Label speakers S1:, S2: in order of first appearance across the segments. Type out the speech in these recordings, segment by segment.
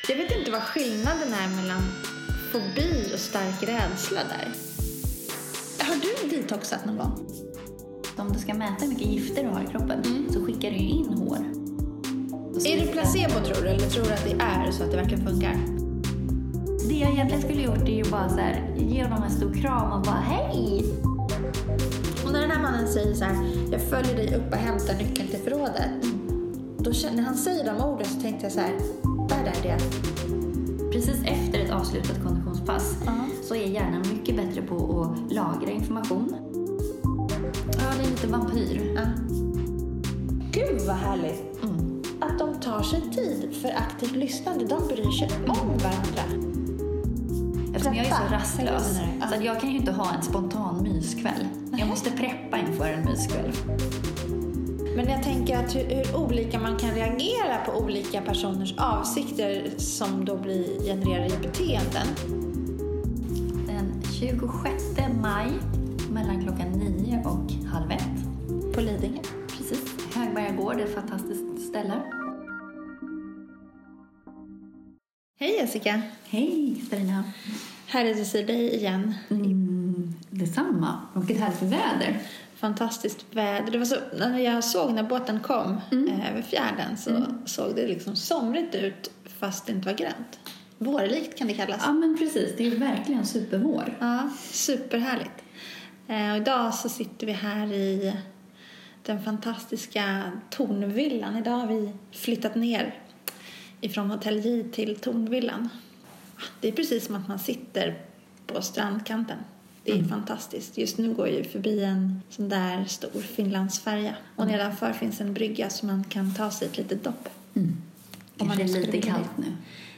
S1: Jag vet inte vad skillnaden är mellan fobi och stark rädsla där. Har du detoxat någon gång?
S2: Om du ska mäta hur mycket gifter du har i kroppen så skickar du ju in hår.
S1: Är det placebo tror du? Eller tror du att det är så att det verkligen funkar?
S2: Det jag egentligen skulle gjort är ju bara så här, ge dem en stor kram och bara hej!
S1: Och när den här mannen säger så här, jag följer dig upp och hämtar nyckeln till förrådet. Då när han säger de orden så tänkte jag så här, vad är det?
S2: Precis efter ett avslutat konditionspass så är hjärnan mycket bättre på att lagra information. Ja, det är lite vampyr.
S1: Ja. Gud vad härligt. Att de tar sig tid för aktivt lyssnande. De bryr sig om varandra.
S2: Eftersom jag är så rastlös så att jag kan ju inte ha en spontan myskväll. Jag måste preppa inför en myskväll.
S1: Men jag tänker att hur olika man kan reagera på olika personers avsikter som då blir genererade i beteenden.
S2: Den 26 maj mellan klockan 9 och 12:30.
S1: På Lidingö.
S2: Precis. Högberga gård är ett fantastiskt ställe.
S1: Hej Jessica.
S2: Hej Katarina.
S1: Härligt att se dig igen.
S2: Detsamma. Och ett härligt väder.
S1: Fantastiskt väder. Det var så, när jag såg när båten kom över fjärden så såg det liksom somrigt ut fast det inte var grönt. Vårlikt kan det kallas.
S2: Ja men precis, det är verkligen supervår.
S1: Ja, superhärligt. Och idag så sitter vi här i den fantastiska Tornvillan. Idag har vi flyttat ner ifrån Hotell J till Tornvillan. Det är precis som att man sitter på strandkanten. Det är fantastiskt. Just nu går jag förbi en sån där stor Finlandsfärja. Och nedanför finns en brygga som man kan ta sig ett litet dopp.
S2: Om man är lite kallt nu.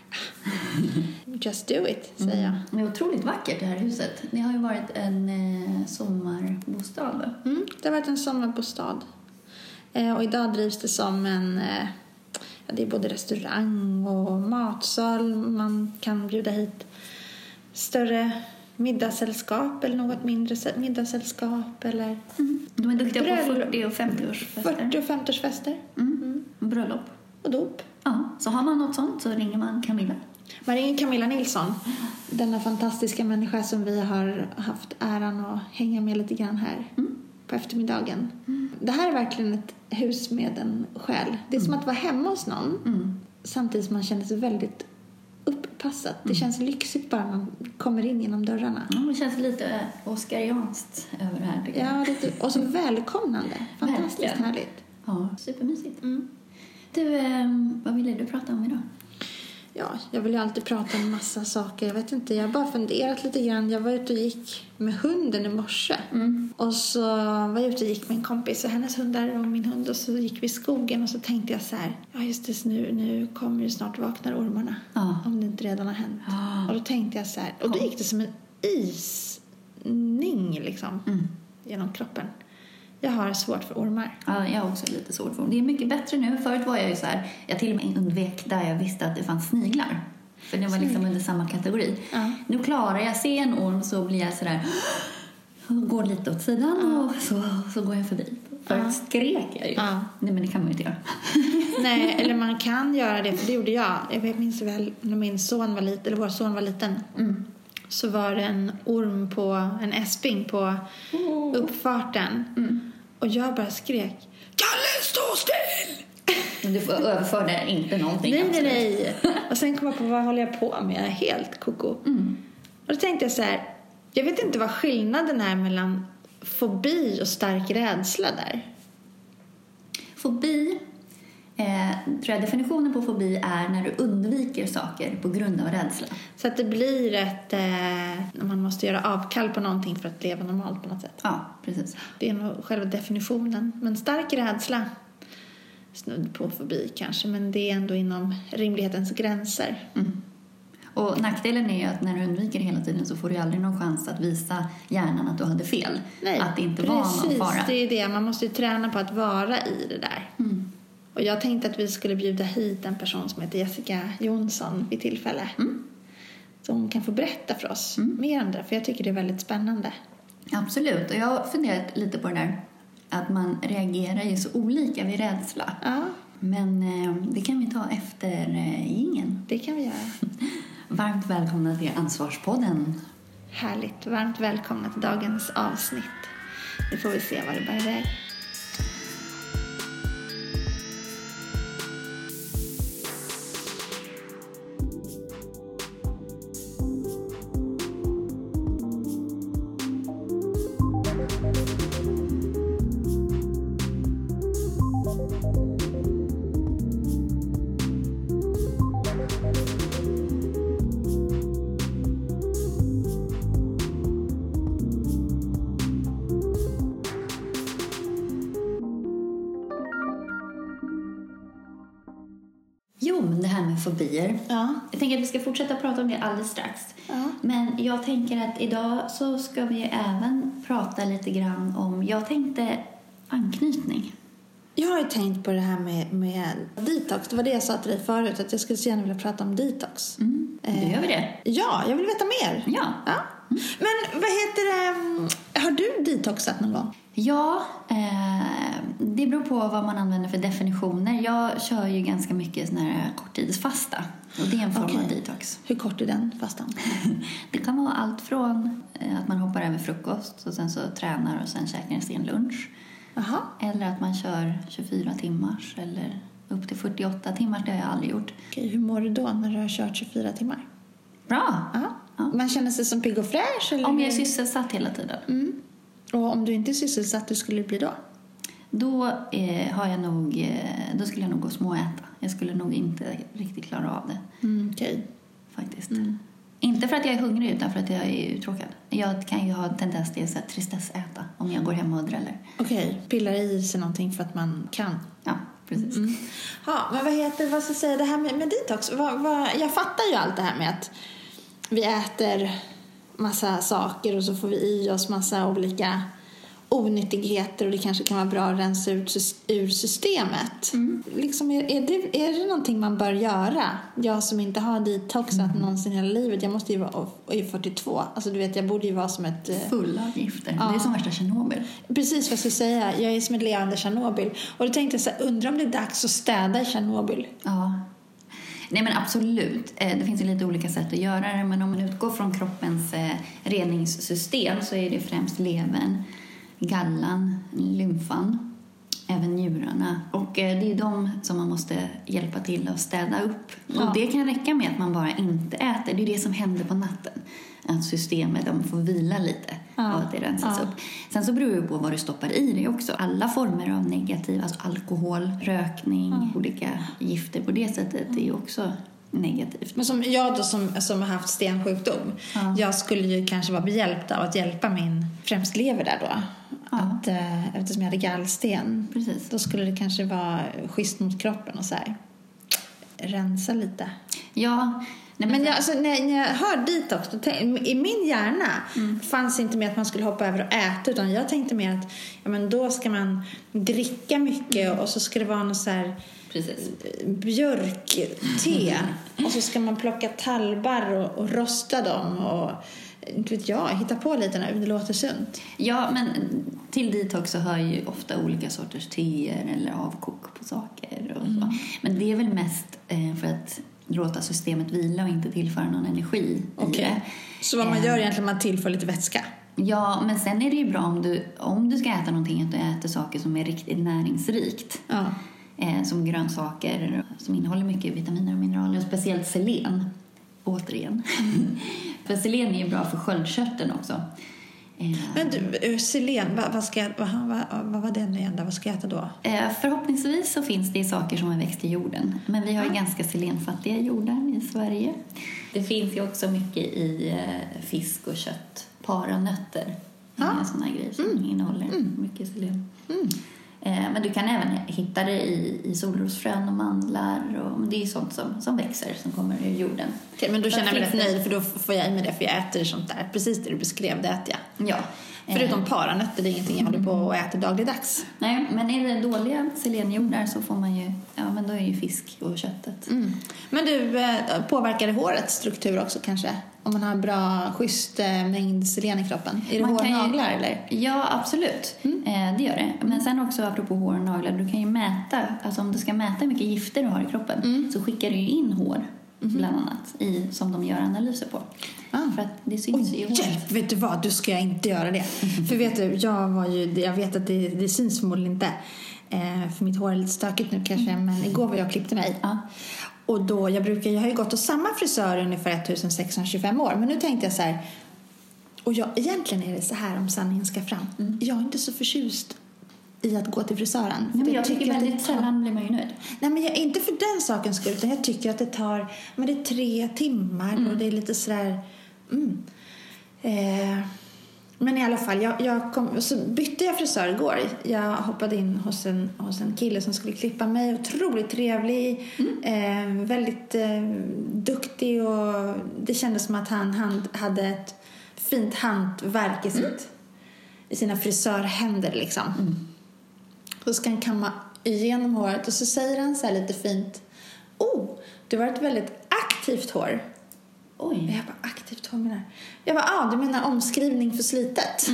S1: Just do it, säger jag.
S2: Det är otroligt vackert det här huset. Det har ju varit en sommarbostad va?
S1: Det har varit en sommarbostad. Och idag drivs det som en... det är både restaurang och matsal. Man kan bjuda hit större middagssällskap eller något mindre middagssällskap. Eller
S2: De är duktiga på 40- och 50-årsfester.
S1: 40- och 50-årsfester.
S2: Bröllop.
S1: Och dop.
S2: Ja, så har man något sånt så ringer man Camilla.
S1: Man ringer Camilla Nilsson. Denna fantastiska människa som vi har haft äran att hänga med lite grann här på eftermiddagen. Det här är verkligen ett hus med en själ. Det är som att vara hemma hos någon. Samtidigt som man känner sig väldigt upppassat. Det känns lyxigt bara man kommer in genom dörrarna.
S2: Ja, det känns lite oskarianskt över det här tycker jag.
S1: Ja, lite, och så välkomnande. Fantastiskt
S2: verkligen.
S1: Härligt.
S2: Ja, supermysigt. Du, vad ville du prata om idag?
S1: Ja, jag vill ju alltid prata om en massa saker. Jag vet inte, jag har bara funderat lite grann. Jag var ute och gick med hunden i morse. Och så var jag ute och gick med en kompis och hennes hundar och min hund. Och så gick vi i skogen och så tänkte jag så här. Ja just det, nu kommer ju snart vaknar ormarna. Om det inte redan har hänt. Och då tänkte jag så här. Och då gick det som en isning liksom genom kroppen. Jag har svårt för ormar.
S2: Ja, jag har också lite svårt för ormar. Det är mycket bättre nu. Förut var jag ju så här, jag till och med undvek där jag visste att det fanns sniglar. För det var liksom under samma kategori. Nu klarar jag se en orm så blir jag så där, går lite åt sidan och så går jag förbi. Förut skrek jag ju. Nej, men det kan man ju inte göra.
S1: Nej, eller man kan göra det, för det gjorde jag. Jag minns väl när min son var liten, eller vår son var liten. Så var det en orm på en äsping på uppfarten. Och jag bara skrek, Kalle, stå still!
S2: Men du överförde inte någonting.
S1: Nej. Och sen kom jag på, vad håller jag på med? Jag är helt koko. Och då tänkte jag så här, jag vet inte vad skillnaden är mellan fobi och stark rädsla där.
S2: Fobi, tror jag definitionen på fobi är när du undviker saker på grund av rädsla.
S1: Så att det blir när man måste göra avkall på någonting för att leva normalt på något sätt.
S2: Ja, precis.
S1: Det är nog själva definitionen. Men stark rädsla, snudd på fobi kanske, men det är ändå inom rimlighetens gränser.
S2: Och nackdelen är ju att när du undviker det hela tiden så får du aldrig någon chans att visa hjärnan att du hade fel.
S1: Nej,
S2: att det inte var någon fara.
S1: Precis, det är det. Man måste ju träna på att vara i det där. Och jag tänkte att vi skulle bjuda hit en person som heter Jessica Jonsson vid tillfälle. Så hon kan få berätta för oss mer om det. För jag tycker det är väldigt spännande.
S2: Absolut. Och jag har funderat lite på det där. Att man reagerar ju så olika vid rädsla. Men det kan vi ta efter jingeln.
S1: Det kan vi göra.
S2: Varmt välkomna till Ansvarspodden.
S1: Härligt. Varmt välkomna till dagens avsnitt. Nu får vi se vad det bär iväg.
S2: Jo, men det här med fobier.
S1: Ja.
S2: Jag tänker att vi ska fortsätta prata om det alldeles strax.
S1: Ja.
S2: Men jag tänker att idag så ska vi även prata lite grann om... Jag tänkte anknytning.
S1: Jag har ju tänkt på det här med detox. Det var det jag sa till dig förut, att jag skulle så gärna vilja prata om detox.
S2: Då gör vi det.
S1: Ja, jag vill veta mer.
S2: Ja.
S1: Men vad heter det? Har du detoxat någon gång?
S2: Ja, det beror på vad man använder för definitioner. Jag kör ju ganska mycket sån här korttidsfasta. Och det är en form av detox.
S1: Hur kort är den fastan?
S2: Det kan vara allt från att man hoppar över frukost och sen så tränar och sen käkar en sen lunch.
S1: Aha.
S2: Eller att man kör 24 timmars eller upp till 48 timmar. Det har jag aldrig gjort.
S1: Okej, hur mår du då när du har kört 24 timmar?
S2: Bra!
S1: Ja. Man känner sig som pigg och fräsch? Eller?
S2: Om jag är sysselsatt hela tiden.
S1: Mm. Och om du inte är sysselsatt, hur skulle det bli då?
S2: Då skulle jag nog gå och småäta. Jag skulle nog inte riktigt klara av det.
S1: Okej.
S2: Faktiskt. Inte för att jag är hungrig utan för att jag är uttråkad. Jag kan ju ha en tendens till att tristessäta om jag går hem och dräller.
S1: Okej, pillar i sig någonting för att man kan.
S2: Ja, precis.
S1: Ja, men vad ska jag säga, det här med detox. Jag fattar ju allt det här med att vi äter massa saker och så får vi i oss massa olika onyttigheter och det kanske kan vara bra att rensa ut ur systemet. Liksom är det någonting man bör göra? Jag som inte har detoxat någonsin i hela livet, jag måste ju vara 42. Alltså du vet, jag borde ju vara som ett...
S2: Full av gifter. Ja. Det är som värsta Tjernobyl.
S1: Precis vad jag skulle säga. Jag är som ett levande Tjernobyl. Och då tänkte jag så här, undrar om det är dags att städa i Tjernobyl.
S2: Ja. Nej men absolut, det finns ju lite olika sätt att göra det, men om man utgår från kroppens reningssystem så är det främst levern, gallan, lymfan, även njurarna. Och det är de som man måste hjälpa till att städa upp. Och det kan räcka med att man bara inte äter. Det är det som händer på natten. Att systemet, de får vila lite och att det rensas upp. Sen så beror det på vad du stoppar i dig också. Alla former av negativ, alltså alkohol, rökning, olika gifter på det sättet är ju också negativt.
S1: Men som jag då som har haft stensjukdom, jag skulle ju kanske vara behjälpt av att hjälpa min främst lever där då. Att, eftersom jag hade gallsten.
S2: Precis.
S1: Då skulle det kanske vara schysst mot kroppen och så här, rensa lite.
S2: Ja. Nej,
S1: men när jag hör detox, i min hjärna fanns inte med att man skulle hoppa över och äta, utan jag tänkte mer att men då ska man dricka mycket och så ska det vara något så här björkte och så ska man plocka talbar och rosta dem och inte vet jag, hitta på lite när det låter sunt.
S2: Ja, men till detox så hör ju ofta olika sorters teer eller avkok på saker och så. Men det är väl mest för att låta systemet vila och inte tillföra någon energi i det.
S1: Så vad man gör egentligen, man tillför lite vätska?
S2: Ja, men sen är det ju bra om du ska äta någonting att du äter saker som är riktigt näringsrikt.
S1: Ja.
S2: Som grönsaker som innehåller mycket vitaminer och mineraler, och speciellt selen. Återigen. För selen är ju bra för sköldkörteln också.
S1: Men du, selen, vad var det igen? Vad ska jag äta då?
S2: Förhoppningsvis så finns det saker som har växt i jorden. Men vi har ju ganska selenfattiga jordar i Sverige. Det finns ju också mycket i fisk och kött. Paranötter. Sådana grejer som innehåller mycket selen. Men du kan även hitta det i solrosfrön och mandlar. Och det är sånt som växer, som kommer ur jorden.
S1: Okej, men då känner jag mig rätt nöjd, för då får jag i mig det, för jag äter sånt där. Precis det du beskrev, det äter jag.
S2: Ja.
S1: Förutom paranötter, det är ingenting jag håller på och äter dagligdags.
S2: Nej, men är det dåliga selenjordar så får man ju, men då är ju fisk och köttet.
S1: Men du, påverkar det hårets struktur också kanske? Om man har bra, schysst mängd selen i kroppen. Är det hår och naglar eller?
S2: Ja, absolut. Det gör det. Men sen också apropå hår och naglar, du kan ju mäta, alltså om du ska mäta hur mycket gifter du har i kroppen så skickar du ju in hår. Bland annat som de gör analyser på. För att det syns i håret.
S1: Hjälp, vet du vad, du ska jag inte göra det. För vet du, jag vet att det syns förmodligen inte. För mitt hår är lite stökigt nu kanske. Men igår var jag och klippte mig. Och då, jag har ju gått hos samma frisör ungefär 1625 år. Men nu tänkte jag så här. Och egentligen är det så här om sanningen ska fram. Jag är inte så förtjust i att gå till frisören.
S2: Men jag tycker väldigt sällan blir man ju nöjd.
S1: Nej, men inte för den sakens skull, utan jag tycker att det tar, men det är 3 timmar och det är lite sådär men i alla fall så bytte jag frisör igår. Jag hoppade in hos en kille som skulle klippa mig, otroligt trevlig, väldigt duktig, och det kändes som att han hade ett fint hantverk i sina frisörhänder liksom. Så ska han kamma igenom håret och så säger han så här lite fint: du har ett väldigt aktivt hår.
S2: Oj.
S1: Jag bara, aktivt hår menar jag? Bara, du menar omskrivning för slitet?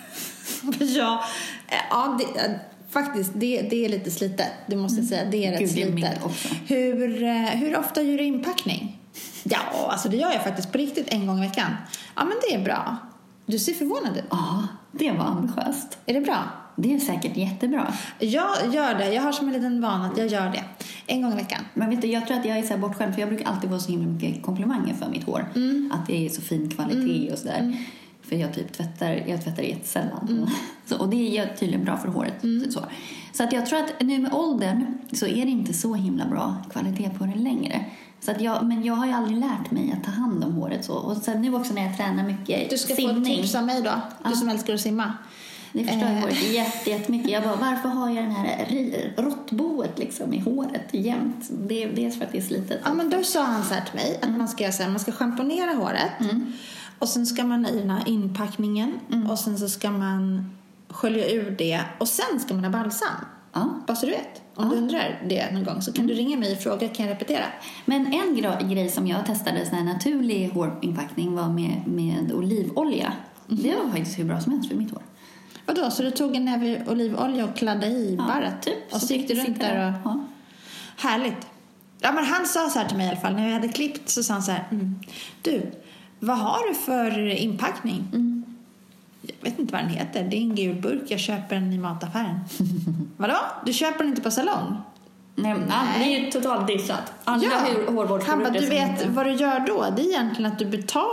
S1: Faktiskt, det är lite slitet. Du måste säga, det är rätt slitet. Hur ofta gör du inpackning? Ja, alltså det gör jag faktiskt på riktigt 1 gång i veckan. Ja, men det är bra. Du ser förvånad ut.
S2: Ja, det var ambitiöst.
S1: Är det bra?
S2: Det är säkert jättebra.
S1: Jag gör det. Jag har som en liten vana att jag gör det 1 gång i veckan.
S2: Men vet du, jag tror att jag är så här bortskämd, för jag brukar alltid få så himla mycket komplimanger för mitt hår. Att det är så fin kvalitet och sådär. För jag tvättar jättesällan. Och det är tydligen bra för håret. Så att jag tror att nu med åldern så är det inte så himla bra kvalitet på det längre. Så att men jag har ju aldrig lärt mig att ta hand om håret så. Och sen nu också när jag tränar mycket
S1: du ska
S2: simning.
S1: Få tips av mig då. Du som älskar att simma.
S2: Det förstör håret jättemycket. Jag bara, varför har jag den här råttboet liksom i håret jämt? Det är för att det är slitet.
S1: Ja, men då sa han så här till mig att man ska göra så här, man ska schamponera håret. Och sen ska man i den här inpackningen. Och sen så ska man skölja ur det. Och sen ska man ha balsam. Bara så du vet. Om du undrar det någon gång så kan du ringa mig och fråga, kan jag repetera.
S2: Men en grej som jag testade, sån här naturlig hårinpackning, var med olivolja. Det var faktiskt hur bra som helst för mitt hår.
S1: Vadå? Så du tog en näve olivolja och kladdade i barret?
S2: Typ.
S1: Och så gick du runt där och... Härligt. Ja, men han sa så här till mig i alla fall. När jag hade klippt så sa han så här: du, vad har du för inpackning? Jag vet inte vad den heter. Det är en gul burk. Jag köper den i mataffären. Vadå? Du köper den inte på salong?
S2: Nej. Det är ju totalt dissat. Andra hårvårdsprodukter.
S1: Han bara, du vet vad du gör då? Det är egentligen att du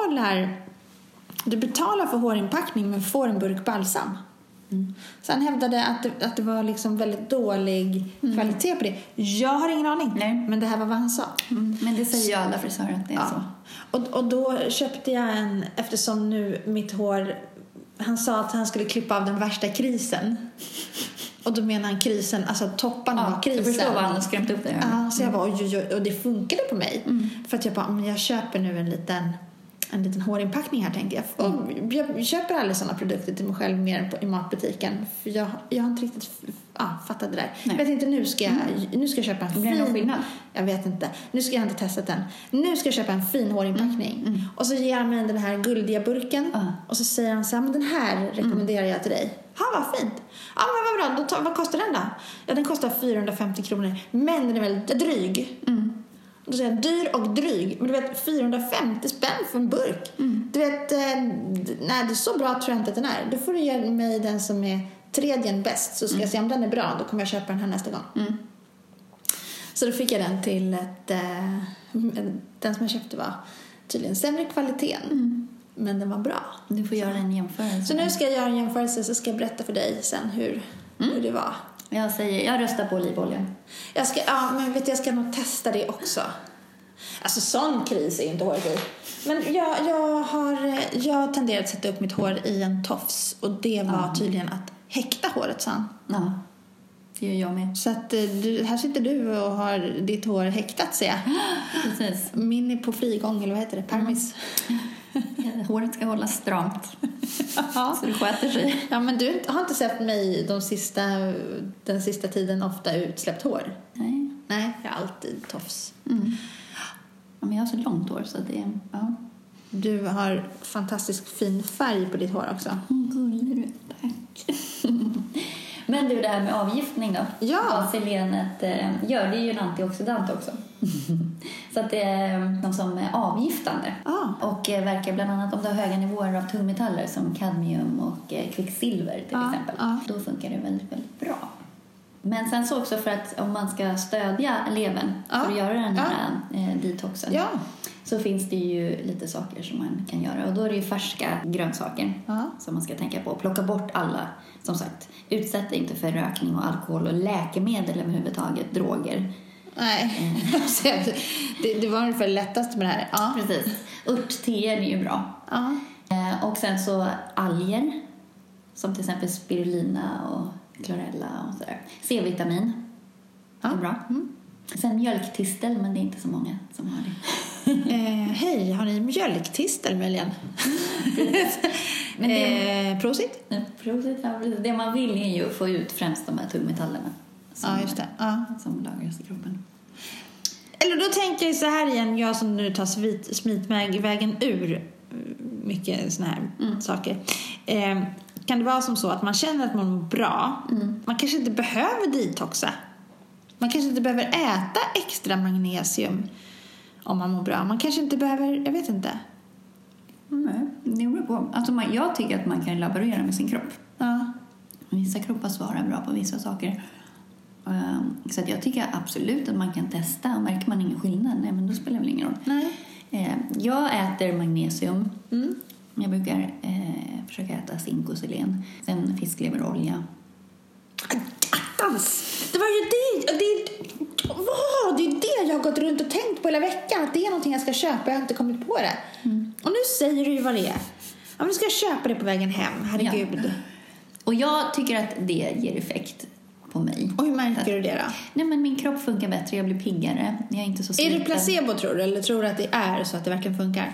S1: betalar för hårinpackning men får en burk balsam. Så han hävdade att det var liksom väldigt dålig kvalitet på det. Jag har ingen aning.
S2: Nej.
S1: Men det här var vad han sa.
S2: Men det säger ju alla frisörer att det är så.
S1: Och då köpte jag eftersom nu mitt hår, han sa att han skulle klippa av den värsta krisen. Och då menar han krisen, alltså topparna av krisen.
S2: Jag förstår vad han har skrämt upp det.
S1: Så jag bara, oj, och det funkade på mig. För att jag bara, men jag köper nu en liten hårinpackning här, tänkte jag. Och jag köper aldrig sådana produkter till mig själv mer än i matbutiken. För jag har inte riktigt fattat det där. Nej. Jag vet inte, nu ska jag köpa en fin...
S2: Blir det någon skillnad?
S1: Jag vet inte. Nu ska jag inte testa den. Nu ska jag köpa en fin hårinpackning. Och så ger han mig den här guldiga burken. Och så säger han så här, men den här rekommenderar jag till dig. Ja, vad fint. Ja, men vad bra. Vad kostar den då? Ja, den kostar 450 kronor. Men den är väldigt dryg. Då säger jag, dyr och dryg. Men du vet, 450 spänn för en burk. Du vet, nej, det är så bra tror jag inte att den är. Då får du ge mig den som är tredje bäst. Så ska jag se om den är bra. Då kommer jag köpa den här nästa gång. Så då fick jag den till den som jag köpte var tydligen sämre kvalitet. Men den var bra.
S2: Du får göra en jämförelse.
S1: Så nu ska jag göra en jämförelse. Så ska jag berätta för dig sen hur det var.
S2: Jag röstar på olivolja.
S1: Men vet du, jag ska nog testa det också. Alltså sån kris är ju inte håret i. Men jag tenderar att sätta upp mitt hår i en tofs. Och det var tydligen att häkta håret, sa han.
S2: Ja, det gör jag med.
S1: Så att här sitter du och har ditt hår häktat, ser jag.
S2: Precis.
S1: Min är på frigång, eller vad heter det? Permis.
S2: Håret ska hållas stramt. Så det sköter sig.
S1: Ja, men du har inte sett mig den sista tiden ofta utsläppt hår? Nej, jag har alltid tofs.
S2: Ja, men jag har så långt hår så det är... Ja.
S1: Du har fantastiskt fin färg på ditt hår också.
S2: Gullig du, tack. Men du, det här med avgiftning då?
S1: Ja.
S2: Vad selenet gör, det är ju en antioxidant också. Så att det är de som är avgiftande. Och verkar bland annat om du har höga nivåer av tungmetaller som kadmium och kvicksilver till exempel. Då funkar det väldigt, väldigt bra. Men sen så också för att om man ska stödja levern för att göra den här detoxen. Så finns det ju lite saker som man kan göra. Och då är det ju färska grönsaker som man ska tänka på. Plocka bort alla, som sagt. Utsätt dig inte för rökning och alkohol och läkemedel överhuvudtaget, droger.
S1: Nej, det var ungefär lättast med det här. Ja.
S2: Precis. Örtteer är ju bra. Och sen så alger, som till exempel spirulina och chlorella och sådär. C-vitamin är bra. Sen mjölktistel, men det är inte så många som har det.
S1: Hej, har ni mjölktistel möjligen? Men prosit?
S2: Prosit, ja, precis. Det man vill är ju att få ut främst de här tungmetallerna
S1: just det.
S2: Som lagras i kroppen.
S1: Eller då tänker jag så här igen, jag som nu tar smitvägen ur mycket såna här saker. Kan det vara som så att man känner att man mår bra? Man kanske inte behöver detoxa. Man kanske inte behöver äta extra magnesium om man mår bra. Man kanske inte behöver, jag vet inte.
S2: Nej, det beror på. Alltså jag tycker att man kan laborera med sin kropp. Vissa kroppar svarar bra på vissa saker. Så att jag tycker absolut att man kan testa. Och märker man ingen skillnad, nej, men då spelar det väl ingen roll.
S1: Nej.
S2: Jag äter magnesium. Jag brukar försöka äta zink och selen. Sen fiskleverolja.
S1: Det var ju det är det jag har gått runt och tänkt på hela veckan. Att det är någonting jag ska köpa. Jag har inte kommit på det. Och nu säger du ju vad det är. Ja, men du ska köpa det på vägen hem. Herregud.
S2: Ja. Och jag tycker att det ger effekt på mig.
S1: Och hur märker du det då?
S2: Nej, men min kropp funkar bättre. Jag blir piggare. Jag är inte så sliten.
S1: Är det placebo, tror du? Eller tror du att det är så att det verkligen funkar?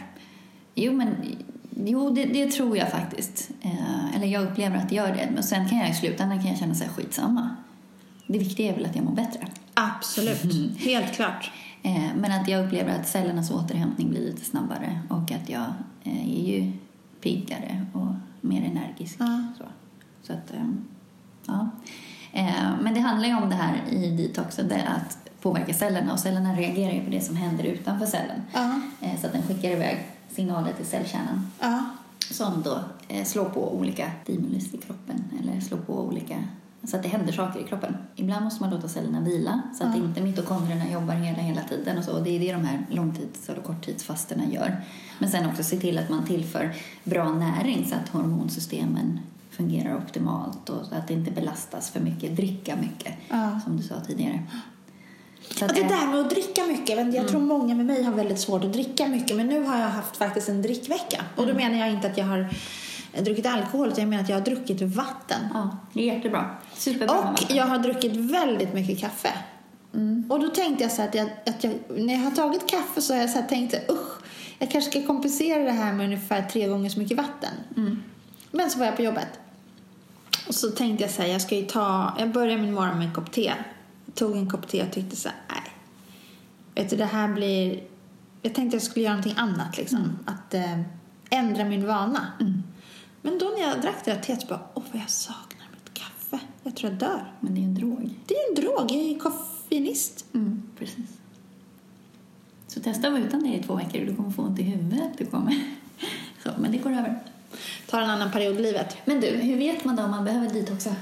S2: Jo, det tror jag faktiskt. Eller jag upplever att det gör det. Men sen kan jag i slutändan känna sig skitsamma. Det viktiga är väl att jag mår bättre.
S1: Absolut, helt klart.
S2: Men att jag upplever att cellernas återhämtning blir lite snabbare. Och att jag är ju piggare och mer energisk. Så att, ja. Men det handlar ju om det här i detoxen. Det är att påverka cellerna. Och cellerna reagerar ju på det som händer utanför cellen. Så att den skickar iväg signaler till cellkärnan. Som då slår på olika stimulus i kroppen. Eller slår på olika... Så att det händer saker i kroppen. Ibland måste man låta cellerna vila. Så att inte mitokondrierna jobbar hela tiden. Och så. Och det är det de här långtids- eller korttidsfasterna gör. Men sen också se till att man tillför bra näring. Så att hormonsystemen fungerar optimalt. Och så att det inte belastas för mycket. Dricka mycket. Som du sa tidigare. Så att
S1: det där med att dricka mycket. Jag tror många med mig har väldigt svårt att dricka mycket. Men nu har jag haft faktiskt en drickvecka. Och då menar jag inte att jag har druckit alkohol, utan jag menar att jag har druckit vatten.
S2: Ja, det är jättebra. Superbra.
S1: Och jag har druckit väldigt mycket kaffe. Och då tänkte jag så att jag när jag har tagit kaffe så har jag så här tänkt jag kanske ska kompensera det här med ungefär 3 gånger så mycket vatten. Men så var jag på jobbet. Och så tänkte jag så här, jag började min morgon med en kopp te. Jag tog en kopp te och tyckte så här, nej. Vet du, det här blir... Jag tänkte jag skulle göra någonting annat liksom. Att ändra min vana. Men då när jag drack det där teet så bara, vad jag saknar mitt kaffe. Jag tror jag dör.
S2: Men det är en drog.
S1: Det är en drog, jag är koffeinist.
S2: Precis. Så testa att vara utan det i 2 veckor. Du kommer få ont i huvudet. Så, men det går över.
S1: Tar en annan period i livet.
S2: Men du, hur vet man då om man behöver detoxa?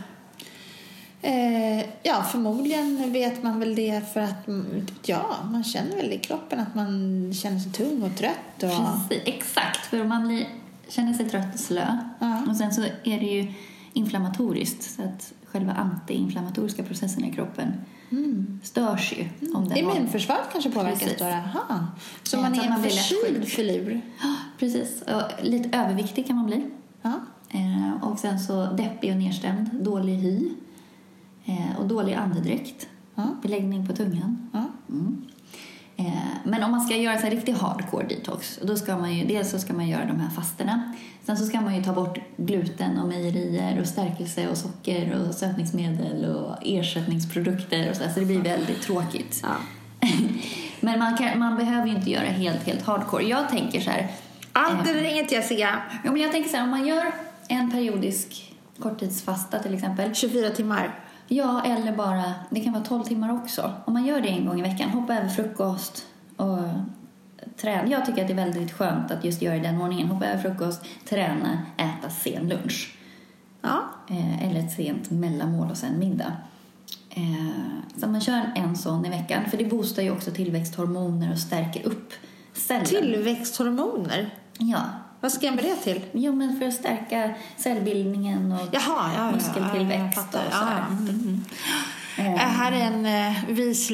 S1: Ja, förmodligen vet man väl det för att man känner väl i kroppen att man känner sig tung och trött. Och...
S2: Precis, exakt. För man känner sig trött och slö. Och sen så är det ju inflammatoriskt. Så att själva antiinflammatoriska processerna i kroppen störs ju. Om
S1: immunförsvaret kanske påverkas då. Så man är en förkyld filur.
S2: Precis. Och lite överviktig kan man bli. Och sen så deppig och nedstämd. Dålig hy. Och dålig andedräkt. Beläggning på tungan. Men om man ska göra en riktig hardcore detox, då ska man ju, dels så ska man göra de här fasterna. Sen så ska man ju ta bort gluten och mejerier och stärkelse och socker och sötningsmedel och ersättningsprodukter och så det blir väldigt tråkigt.
S1: Ja.
S2: Men man behöver ju inte göra helt hardcore. Jag tänker så här...
S1: Allt eller inget, Jessica.
S2: Ja, men jag tänker så här, om man gör en periodisk korttidsfasta till exempel.
S1: 24 timmar.
S2: Ja, eller bara, det kan vara 12 timmar också. Om man gör det en gång i veckan, hoppa över frukost och träna. Jag tycker att det är väldigt skönt att just göra i den ordningen. Hoppa över frukost, träna, äta sen lunch.
S1: Ja.
S2: Eller ett sent mellanmål och sen middag. Så man kör en sån i veckan. För det boostar ju också tillväxthormoner och stärker upp cellen.
S1: Tillväxthormoner?
S2: Ja.
S1: Vad ska jag med det till?
S2: Jo, men för att stärka cellbildningen och muskeltillväxt och sådär.
S1: Här är en vis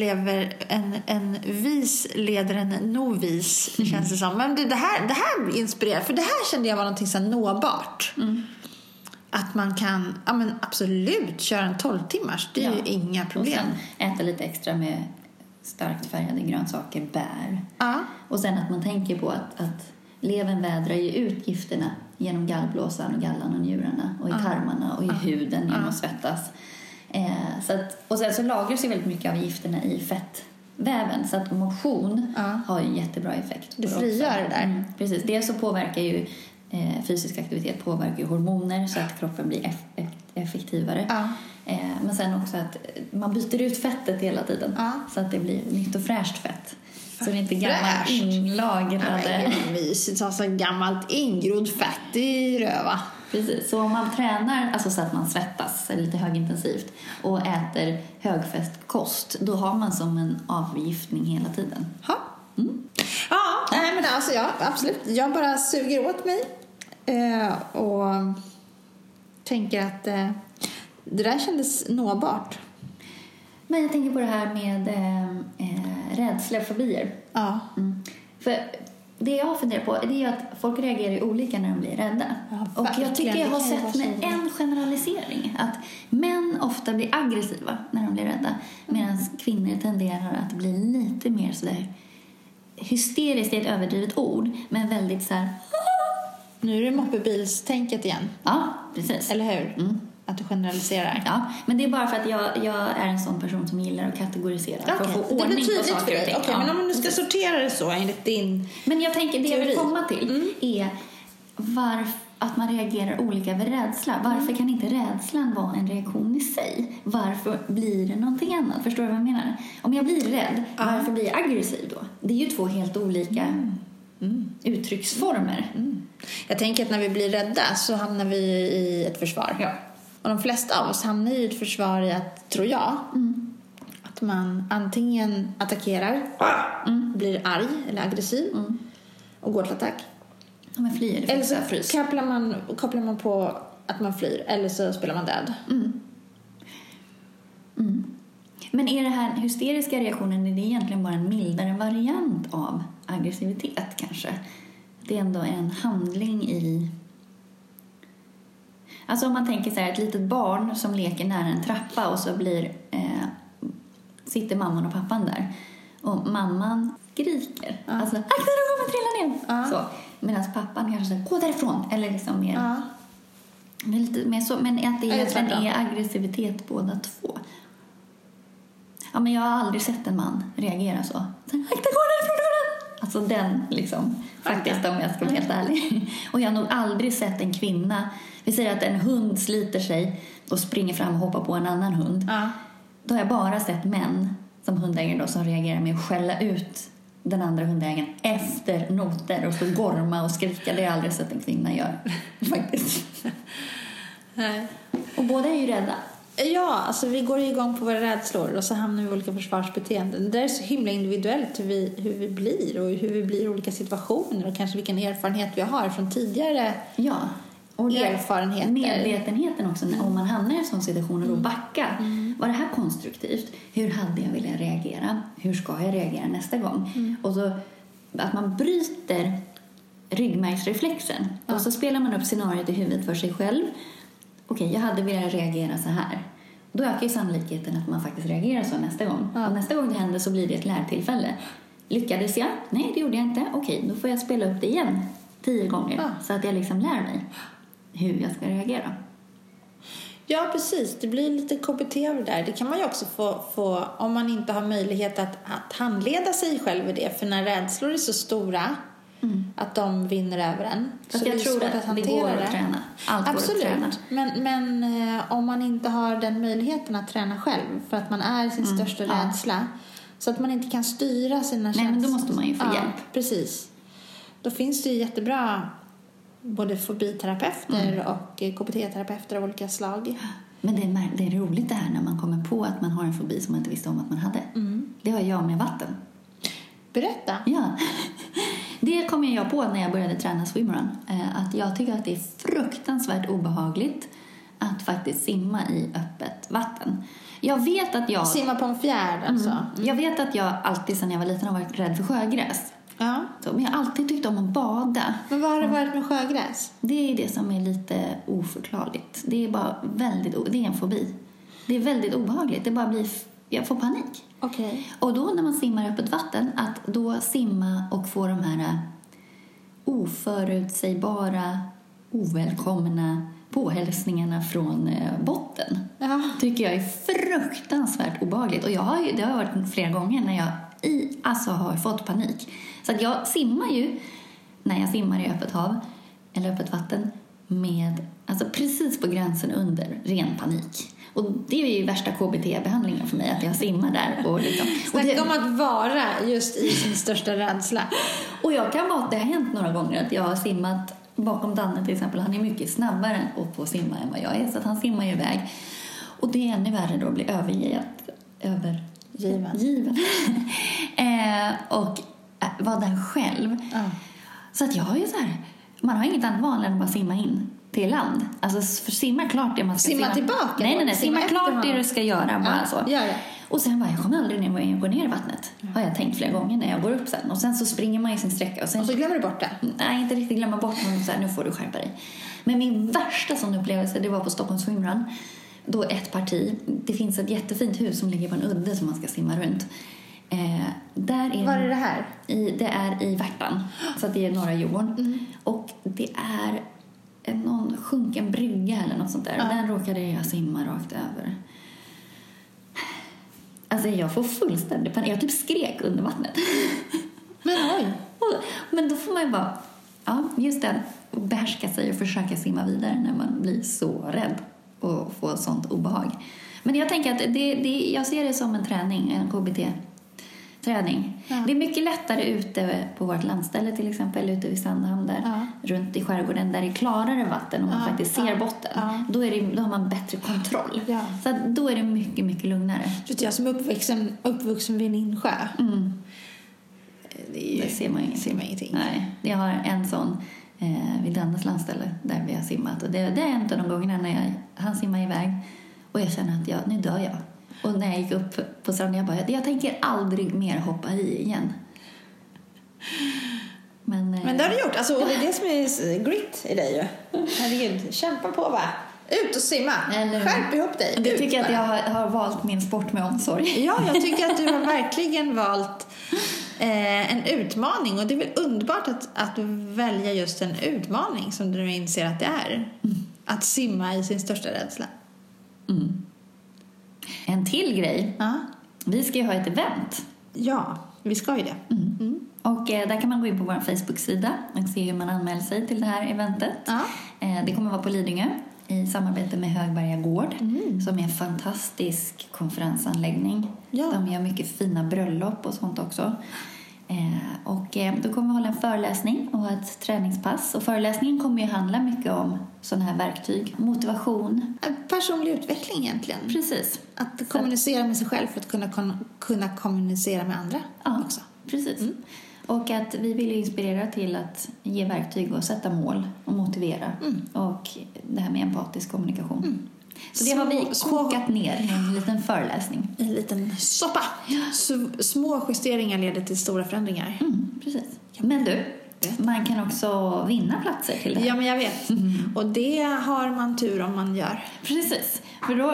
S1: leder en novis, känns det som. Men det här inspirerar, för det här kände jag var någonting så nåbart. Att man kan absolut köra en 12 timmars, det är ju inga problem.
S2: Och sen äta lite extra med starkt färgade grönsaker, bär. Och sen att man tänker på att levern vädrar ju ut gifterna genom gallblåsan och gallan och njurarna och i tarmarna och i huden genom att svettas. Och sen så lagras ju väldigt mycket av gifterna i fettväven, så att motion har ju jättebra effekt.
S1: Det frigör det där.
S2: Precis, det så påverkar ju fysisk aktivitet påverkar ju hormoner så att kroppen blir effektivare. Men sen också att man byter ut fettet hela tiden så att det blir nytt och fräscht fett. Så det är inte gammalt inlagrade.
S1: Mysigt, alltså gammalt ingrodd fett i röva.
S2: Precis, så om man tränar, alltså så att man svettas lite högintensivt och äter högfett kost, då har man som en avgiftning hela tiden.
S1: Ja, men alltså absolut. Jag bara suger åt mig och tänker att det där kändes nåbart.
S2: Men jag tänker på det här med rädsla och fobier.
S1: Ja.
S2: För det jag funderar på är ju att folk reagerar olika när de blir rädda. Och jag tycker jag har sett med en generalisering att män ofta blir aggressiva när de blir rädda, medan kvinnor tenderar att bli lite mer sådär hysteriskt, är ett överdrivet ord, men väldigt så här.
S1: Nu är det moppebilstänket igen.
S2: Ja, precis.
S1: Eller hur? Att du generaliserar.
S2: Ja, men det är bara för att jag är en sån person som gillar att kategorisera. För att få ordning på saker och ting.
S1: Okej, men om du ska sortera det så enligt din
S2: Men jag tänker, det
S1: teori.
S2: Jag vill komma till är att man reagerar olika vid rädsla. Varför kan inte rädslan vara en reaktion i sig? Varför blir det någonting annat? Förstår du vad jag menar? Om jag blir rädd, varför blir jag aggressiv då? Det är ju två helt olika uttrycksformer.
S1: Jag tänker att när vi blir rädda så hamnar vi i ett försvar.
S2: Ja.
S1: Och de flesta av oss hamnar i ett försvar i att, tror jag, att man antingen attackerar, blir arg eller aggressiv och går till attack.
S2: Ja, men flyr.
S1: Eller så kopplar man på att man flyr, eller så spelar man död.
S2: Men är det här hysteriska reaktionen, är det egentligen bara en mildare variant av aggressivitet kanske? Det är ändå en handling i... Alltså om man tänker så här, ett litet barn som leker nära en trappa och så sitter mamman och pappan där. Och mamman skriker. Alltså, akta dig, du kommer trilla ner. Så. Medan pappan kanske säger, gå därifrån. Eller liksom mer... Men, lite mer så, men att det egentligen är aggressivitet båda två. Ja, men jag har aldrig sett en man reagera så. Akta, gå därifrån. Alltså den liksom, faktiskt, om jag ska vara helt ärlig. Och jag har nog aldrig sett en kvinna... Vi säger att en hund sliter sig och springer fram och hoppar på en annan hund. Då har jag bara sett män som hundägare då, som reagerar med att skälla ut den andra hundägaren efter noter och så gorma och skrika. Det har jag aldrig sett en kvinna göra, faktiskt.
S1: Nej.
S2: Och båda är ju rädda.
S1: Ja, alltså vi går igång på våra rädslor och så hamnar vi i olika försvarsbeteenden. Det är så himla individuellt hur vi blir och hur vi blir i olika situationer och kanske vilken erfarenhet vi har från tidigare och erfarenheter.
S2: Medvetenheten också, om man hamnar i en sån situation och då backa. Var det här konstruktivt? Hur hade jag velat reagera? Hur ska jag reagera nästa gång? Och så att man bryter ryggmärgsreflexen. Och så spelar man upp scenariot i huvudet för sig själv. Okej, jag hade velat reagera så här. Då ökar ju sannolikheten att man faktiskt reagerar så nästa gång. Och nästa gång det händer så blir det ett lärtillfälle. Lyckades jag? Nej, det gjorde jag inte. Okej, då får jag spela upp det igen 10 gånger. Så att jag liksom lär mig hur jag ska reagera.
S1: Ja, precis. Det blir lite KBT över där. Det kan man ju också få om man inte har möjlighet att handleda sig själv i det. För när rädslor är så stora att de vinner över en. Så
S2: jag tror att det går att träna. Allt
S1: Absolut.
S2: går att träna.
S1: Men om man inte har den möjligheten att träna själv för att man är sin största rädsla, så att man inte kan styra sina känslor.
S2: Nej, men då måste man ju få hjälp.
S1: Precis. Då finns det ju jättebra både fobiterapeuter och KBT-terapeuter av olika slag.
S2: Men det är roligt det här när man kommer på att man har en fobi som man inte visste om att man hade. Det har jag med vatten.
S1: Berätta.
S2: Ja. Det kom jag på när jag började träna swimrun. Att jag tycker att det är fruktansvärt obehagligt att faktiskt simma i öppet vatten. Jag vet att jag...
S1: Simma på en fjärd alltså.
S2: Jag vet att jag alltid sedan jag var liten har varit rädd för sjögräs.
S1: Ja.
S2: Men jag har alltid tyckt om att bada.
S1: Men vad har det varit med sjögräs?
S2: Det är det som är lite oförklarligt. Det är bara det är en fobi. Det är väldigt obehagligt. Det bara blir... Jag får panik.
S1: Okay.
S2: Och då när man simmar i öppet vatten, att då simma och få de här oförutsägbara, ovälkomna påhälsningarna från botten. Tycker jag är fruktansvärt obehagligt. Och det har varit flera gånger när jag har fått panik. Så att jag simmar ju, när jag simmar i öppet hav eller öppet vatten, med, alltså precis på gränsen under ren panik. Och det är ju värsta KBT-behandlingen för mig, att jag simmar där. Och liksom,
S1: Snacka om att vara just i sin största rädsla.
S2: Och det har hänt några gånger att jag har simmat bakom Danne till exempel. Han är mycket snabbare på att simma än vad jag är, så att han simmar ju iväg. Och det är ännu värre då att bli övergiven. Och vara där själv. Så att jag har ju så här, man har inget annat val än att bara simma in till land. Alltså simma klart det man ska
S1: simma tillbaka.
S2: Nej, simma klart det du ska göra, bara så.
S1: Gör det.
S2: Och sen jag kommer aldrig ner och går ner i vattnet. Har jag tänkt flera gånger när jag går upp sen. Och sen så springer man i sin sträcka. Och så
S1: glömmer du bort det?
S2: Nej, inte riktigt glömma bort. Men så här, nu får du skärpa dig. Men min värsta sån upplevelse, det var på Stockholms swimrun. Då ett parti. Det finns ett jättefint hus som ligger på en udde som man ska simma runt. Var
S1: är det här?
S2: Det är i Värtan. Så att det är norra Djurgården. Och det är någon sjunken brygga eller något sånt där. Och den råkade jag simma rakt över. Alltså jag får fullständigt panik. Jag typ skrek under vattnet.
S1: Men oj.
S2: Men då får man ju bara, just det, behärska sig och försöka simma vidare när man blir så rädd och får sånt obehag. Men jag tänker att jag ser det som en träning, en KBT-träning. Ja. Det är mycket lättare ute på vårt landställe till exempel, ute vid Sandhamn där, runt i skärgården där det är klarare vatten och man faktiskt ser botten. Ja. Då har man bättre kontroll. Ja. Så att då är det mycket, mycket lugnare.
S1: Jag som uppvuxen vid en insjö.
S2: Det ser man ingenting. Nej, jag har en sån vid Dannes landställe där vi har simmat. Och det är en av de gångerna när han simmar iväg och jag känner att nu dör jag. Och när jag gick upp på stranden, jag tänker aldrig mer hoppa i igen. Men
S1: det har du gjort. Alltså, och det är det som är grit i dig ju. Herregud, kämpa på va? Ut och simma. Skärp ihop dig.
S2: Du tycker att jag har valt min sport med omsorg.
S1: Ja, jag tycker att du har verkligen valt en utmaning. Och det är väl underbart att välja just en utmaning som du inser att det är. Att simma i sin största rädsla.
S2: En till grej. Vi ska ju ha ett event.
S1: Ja, vi ska ju det.
S2: Och där kan man gå in på vår Facebook-sida och se hur man anmäler sig till det här eventet. Det kommer vara på Lidingö i samarbete med Högberga gård, som är en fantastisk konferensanläggning. Ja. De gör mycket fina bröllop och sånt också. Och då kommer vi hålla en föreläsning och ett träningspass. Och föreläsningen kommer ju handla mycket om sådana här verktyg. Motivation.
S1: Personlig utveckling egentligen.
S2: Precis.
S1: Att kommunicera med sig själv för att kunna kommunicera med andra också.
S2: Precis. Och att vi vill inspirera till att ge verktyg och sätta mål och motivera. Och det här med empatisk kommunikation. Så det har vi kokat ner i en liten föreläsning.
S1: En liten soppa. Små justeringar leder till stora förändringar.
S2: Precis. Men du, man kan också vinna platser till det här.
S1: Ja, men jag vet. Och det har man tur om man gör.
S2: Precis. För då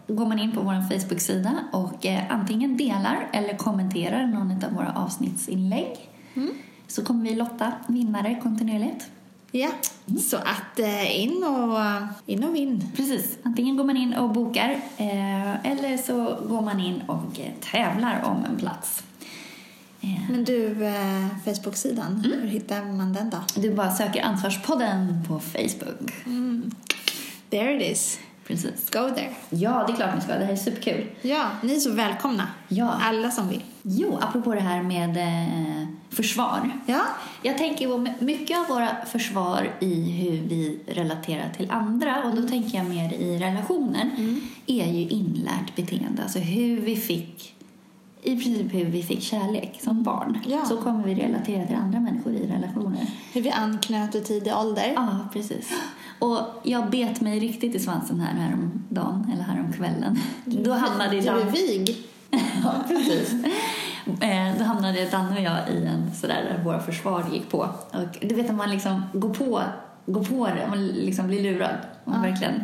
S2: går man in på vår Facebook-sida och antingen delar eller kommenterar någon av våra avsnittsinlägg. Så kommer vi lotta vinnare kontinuerligt.
S1: Ja, så att in och vinn.
S2: Precis, antingen går man in och bokar eller så går man in och tävlar om en plats.
S1: Men du, Facebook-sidan, hur hittar man den då?
S2: Du bara söker Ansvarspodden på Facebook.
S1: There it is.
S2: Precis.
S1: Go there.
S2: Ja, det är klart ni ska. Det här är superkul.
S1: Ja, ni är så välkomna.
S2: Ja.
S1: Alla som vill.
S2: Jo, apropå det här med försvar.
S1: Ja.
S2: Jag tänker på mycket av våra försvar i hur vi relaterar till andra. Och då tänker jag mer i relationer. Är ju inlärt beteende. Alltså hur vi fick... I princip hur vi fick kärlek som barn.
S1: Ja.
S2: Så kommer vi relatera till andra människor i relationer.
S1: Hur vi anknöt i tidig ålder.
S2: Ja, precis. Och jag bet mig riktigt i svansen häromdagen, eller häromkvällen. Då hamnade
S1: Du är vig.
S2: Ja, precis. Då hamnade Danne och jag i en sådär där våra försvar gick på. Och du vet att man liksom går på det. Man liksom blir lurad. Man verkligen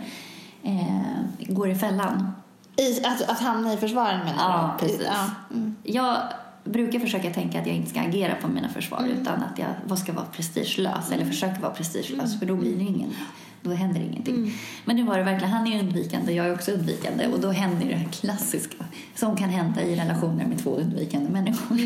S2: går i fällan.
S1: Att hamna i försvaren menar du?
S2: Ja, precis.
S1: Ja.
S2: Jag brukar försöka tänka att jag inte ska agera på mina försvar utan att jag ska vara prestigelös eller försöka vara prestigelös för då blir det då händer ingenting. Men nu var det verkligen, han är undvikande och jag är också undvikande och då händer det här klassiska som kan hända i relationer med två undvikande människor.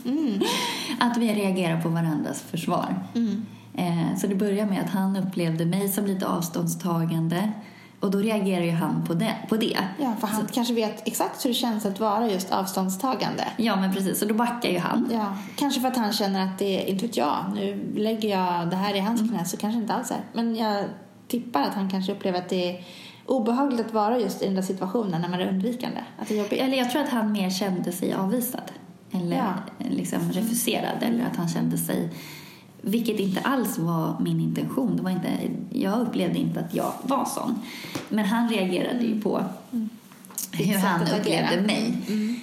S2: Att vi reagerar på varandras försvar. Så det börjar med att han upplevde mig som lite avståndstagande. Och då reagerar ju han på det.
S1: Ja, för han kanske vet exakt hur det känns att vara just avståndstagande.
S2: Ja, men precis. Så då backar ju han.
S1: Ja, kanske för att han känner att det är, inte vet jag, nu lägger jag det här i hans knä så kanske inte alls är. Men jag tippar att han kanske upplever att det är obehagligt att vara just i den där situationen när man är undvikande. Att det är jobbigt.
S2: Eller jag tror att han mer kände sig avvisad. Eller liksom refuserad. Eller att han kände sig... Vilket inte alls var min intention. Det var inte, jag upplevde inte att jag var sån. Men han reagerade ju på hur han upplevde mig.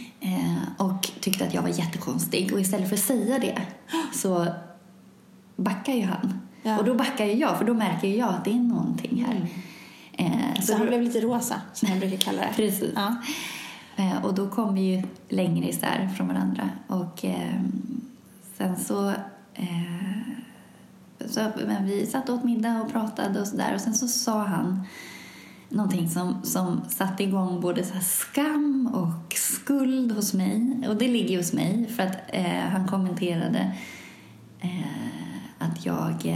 S2: Och tyckte att jag var jättekonstig. Och istället för att säga det så backar ju han. Ja. Och då backar ju jag. För då märker ju jag att det är någonting här.
S1: Så han blev lite rosa, som jag brukar kalla det.
S2: Precis. Ja. Och då kom vi ju längre isär från varandra. Och sen så... men vi satt åt middag och pratade och sådär. Och sen så sa han någonting som satte igång både så här skam och skuld hos mig. Och det ligger hos mig för att han kommenterade att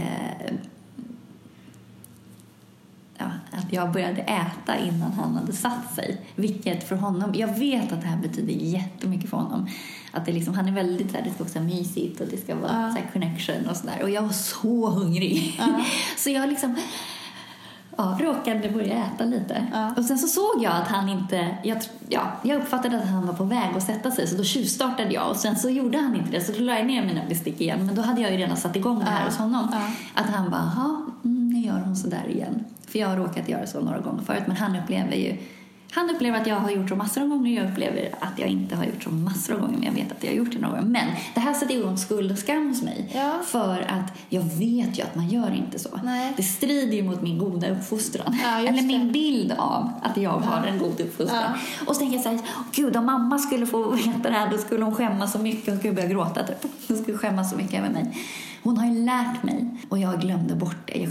S2: jag började äta innan han hade satt sig. Vilket för honom, jag vet att det här betyder jättemycket för honom. Att det liksom, han är väldigt så här, det ska också vara mysigt och det ska vara så här connection och sådär. Och jag var så hungrig. Så jag liksom råkade börja äta lite. Och sen så såg jag att han inte, jag uppfattade att han var på väg att sätta sig. Så då tjuvstartade jag och sen så gjorde han inte det. Så då la jag ner mina bestick igen. Men då hade jag ju redan satt igång det här hos honom. Att han bara, nu gör hon så där igen. För jag har råkat göra så några gånger förut. Men han upplever att jag har gjort så massor av gånger. Jag upplever att jag inte har gjort så massor av gånger. Men jag vet att jag har gjort det några gånger. Men det här sätter igång skuld och skam hos mig. Ja. För att jag vet ju att man gör inte så. Nej. Det strider ju mot min goda uppfostran. Ja, eller min bild av att jag har en god uppfostran. Ja. Och så tänker jag så här, gud om mamma skulle få veta det här, då skulle hon skämmas så mycket. Hon skulle börja gråta typ. Hon skulle skämmas så mycket över mig. Hon har ju lärt mig. Och jag glömde bort det.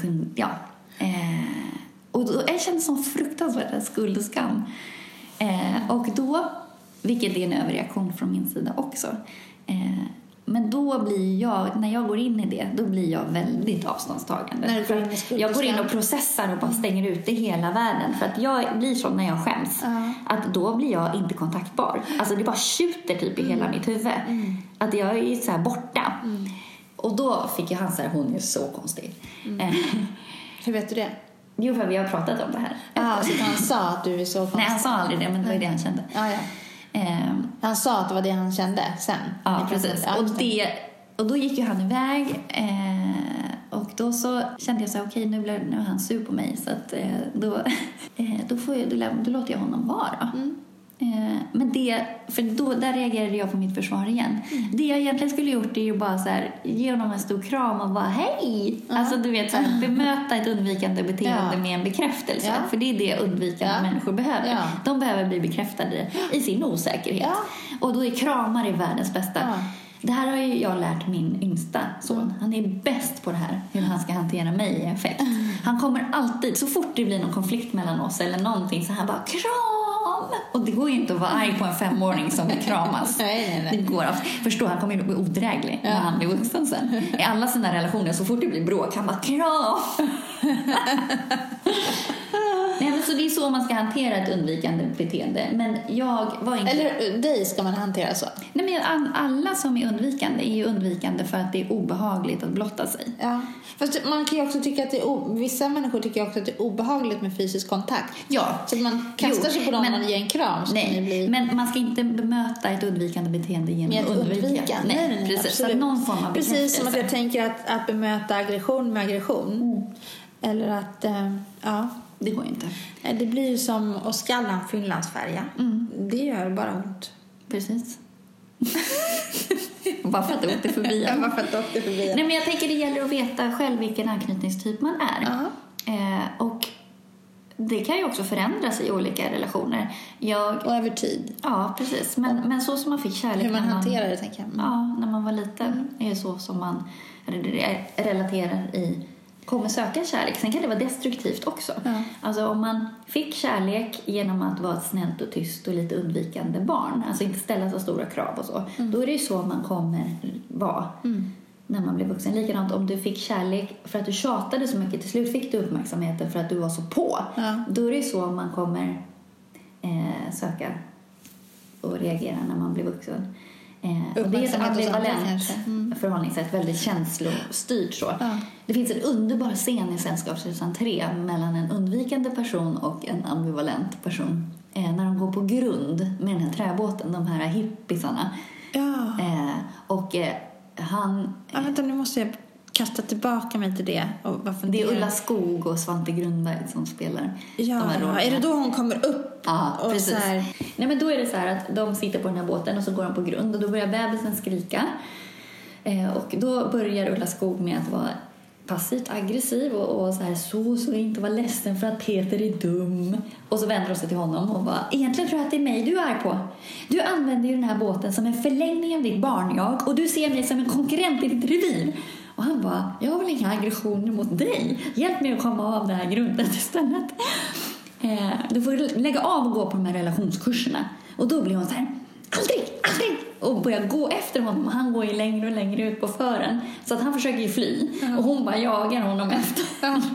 S2: Och då, jag kände som fruktansvärt skuld och skam. Och då, vilket är en överreaktion från min sida också. Men då blir jag, när jag går in i det, då blir jag väldigt avståndstagande. Jag går in och processar och bara stänger ute hela världen. För att jag blir så när jag skäms. Att då blir jag inte kontaktbar. Alltså det bara tjuter typ i hela mitt huvud. Att jag är så här borta. Och då fick jag han så här, hon är så konstig.
S1: Hur vet du det?
S2: Jo, för vi har pratat om det här.
S1: Så han sa att du är så konstig?
S2: Nej, han sa aldrig det, men det var det han kände.
S1: Han sa att det var det han kände sen?
S2: Ja, precis. Och då gick ju han iväg. Och då så kände jag så här, okej, nu är han sur på mig. Så att, då låter jag honom vara. Men där reagerade jag på mitt försvar igen. Det jag egentligen skulle gjort är ju bara så här, ge honom en stor kram och bara hej. Alltså du vet så här, bemöta ett undvikande beteende med en bekräftelse. För det är det undvikande människor behöver. De behöver bli bekräftade i sin osäkerhet. Och då är kramar i världens bästa. Det här har ju jag lärt min yngsta son. Han är bäst på det här, hur han ska hantera mig i affekt. Han kommer alltid, så fort det blir någon konflikt mellan oss eller någonting, så han bara kram. Och det går ju inte att vara arg på en 5-åring som vill kramas.
S1: Nej.
S2: Det går att förstå, han kommer ju bli odräglig när han blir vuxen sen. I alla sina relationer, så fort det blir bråk, han bara kram. Nej, men så det är så man ska hantera ett undvikande beteende. Men jag var inte...
S1: Eller dig ska man hantera så?
S2: Nej, men alla som är undvikande är ju undvikande för att det är obehagligt att blotta sig.
S1: Ja. Fast man kan ju också tycka att vissa människor tycker också att det är obehagligt med fysisk kontakt.
S2: Ja.
S1: Så att man kastar sig på dem och ger en kram.
S2: Nej, men man ska inte bemöta ett undvikande beteende genom att undvika. Nej, precis. Så någon form av bekräftelse.
S1: Precis som att jag tänker att bemöta aggression med aggression. Eller att,
S2: det går inte.
S1: Det blir ju som att skalla en finlandsfärja. Det gör bara ont.
S2: Precis. Bara för att det åkte förbi.
S1: Bara för att det åkte förbi.
S2: Nej, men jag tänker det gäller att veta själv vilken anknytningstyp man är. Och det kan ju också förändras i olika relationer. Och
S1: över tid.
S2: Ja, precis. Men så som man fick kärlek.
S1: Hur man hanterar det, tänker jag.
S2: Ja, när man var liten. Är så som man relaterar kommer söka kärlek. Sen kan det vara destruktivt också. Alltså om man fick kärlek genom att vara ett snällt och tyst och lite undvikande barn, alltså inte ställa så stora krav och så, då är det ju så man kommer vara när man blir vuxen. Likadant om du fick kärlek för att du tjatade så mycket, till slut fick du uppmärksamheten för att du var så på. Då är det ju så man kommer söka och reagera när man blir vuxen. Och det är ett ambivalent förhållningssätt, väldigt känslostyrt så. Det finns en underbar scen i Sällskapsresan 3 mellan en undvikande person och en ambivalent person. När de går på grund med den här träbåten, de här hippisarna. Han...
S1: vänta, nu måste jag kasta tillbaka mig till det.
S2: Det är Ulla Skog och Svante Grundberg som spelar.
S1: Är det då hon kommer upp?
S2: Ja, precis. Nej, men då är det så här att de sitter på den här båten och så går de på grund och då börjar bebisen skrika. Och då börjar Ulla Skog med att vara passivt aggressiv och så här så inte vara ledsen för att Peter är dum. Och så vänder hon sig till honom och bara, egentligen tror jag att det är mig du är på. Du använder ju den här båten som en förlängning av ditt barn och du ser mig som en konkurrent i ditt revir. Och han bara, jag har väl inga aggressioner mot dig. Hjälp mig att komma av det här grundet istället. Du får lägga av och gå på de här relationskurserna. Och då blir hon så här, aldrig. Och börjar gå efter honom. Han går ju längre och längre ut på fören. Så att han försöker ju fly. Och hon bara jagar honom efter.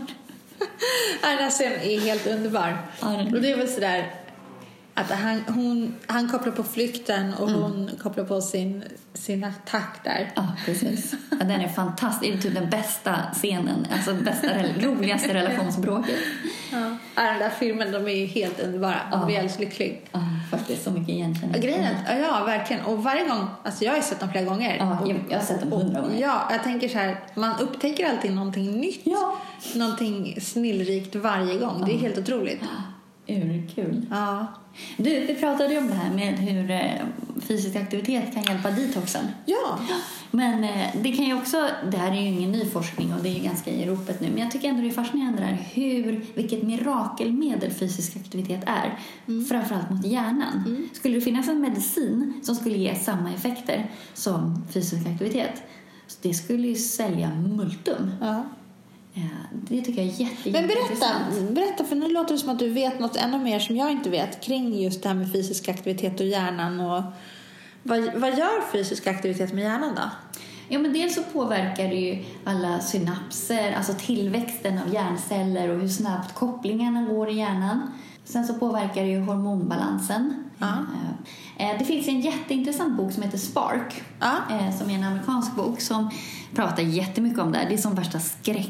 S1: Den här scenen är helt underbar. Och det är väl sådär att han kopplar på flykten och hon kopplar på sin attack där.
S2: Ja, precis. Ja, den är fantastisk. Det är typ den bästa scenen. Alltså roligaste relationsbråket.
S1: Den där filmen, de är ju helt underbara. De blir alldeles lycklig.
S2: Ja, faktiskt så mycket egentligen.
S1: Grejen, ja, verkligen. Och varje gång, alltså jag har sett dem flera gånger.
S2: Ja, jag har sett dem 100 gånger.
S1: Ja, jag tänker så här, man upptäcker alltid någonting nytt. Ja. Någonting snillrikt varje gång. Det är helt otroligt.
S2: Kul. Ja. Du, vi pratade ju om det här med hur fysisk aktivitet kan hjälpa detoxen.
S1: Ja.
S2: Men det kan ju också, det här är ju ingen ny forskning och det är ju ganska i ropet nu, men jag tycker ändå det är fascinerande där vilket mirakelmedel fysisk aktivitet är. Framförallt mot hjärnan. Skulle det finnas en medicin som skulle ge samma effekter som fysisk aktivitet, det skulle ju sälja multum. Ja. Det tycker jag är jätteintressant.
S1: Men berätta, för nu låter det som att du vet något ännu mer som jag inte vet kring just det här med fysisk aktivitet och hjärnan. Och vad gör fysisk aktivitet med hjärnan då?
S2: Ja, men dels så påverkar det ju alla synapser, alltså tillväxten av hjärnceller och hur snabbt kopplingarna går i hjärnan. Sen så påverkar det ju hormonbalansen. Det finns en jätteintressant bok som heter Spark, som är en amerikansk bok som pratar jättemycket om det här. Det är som värsta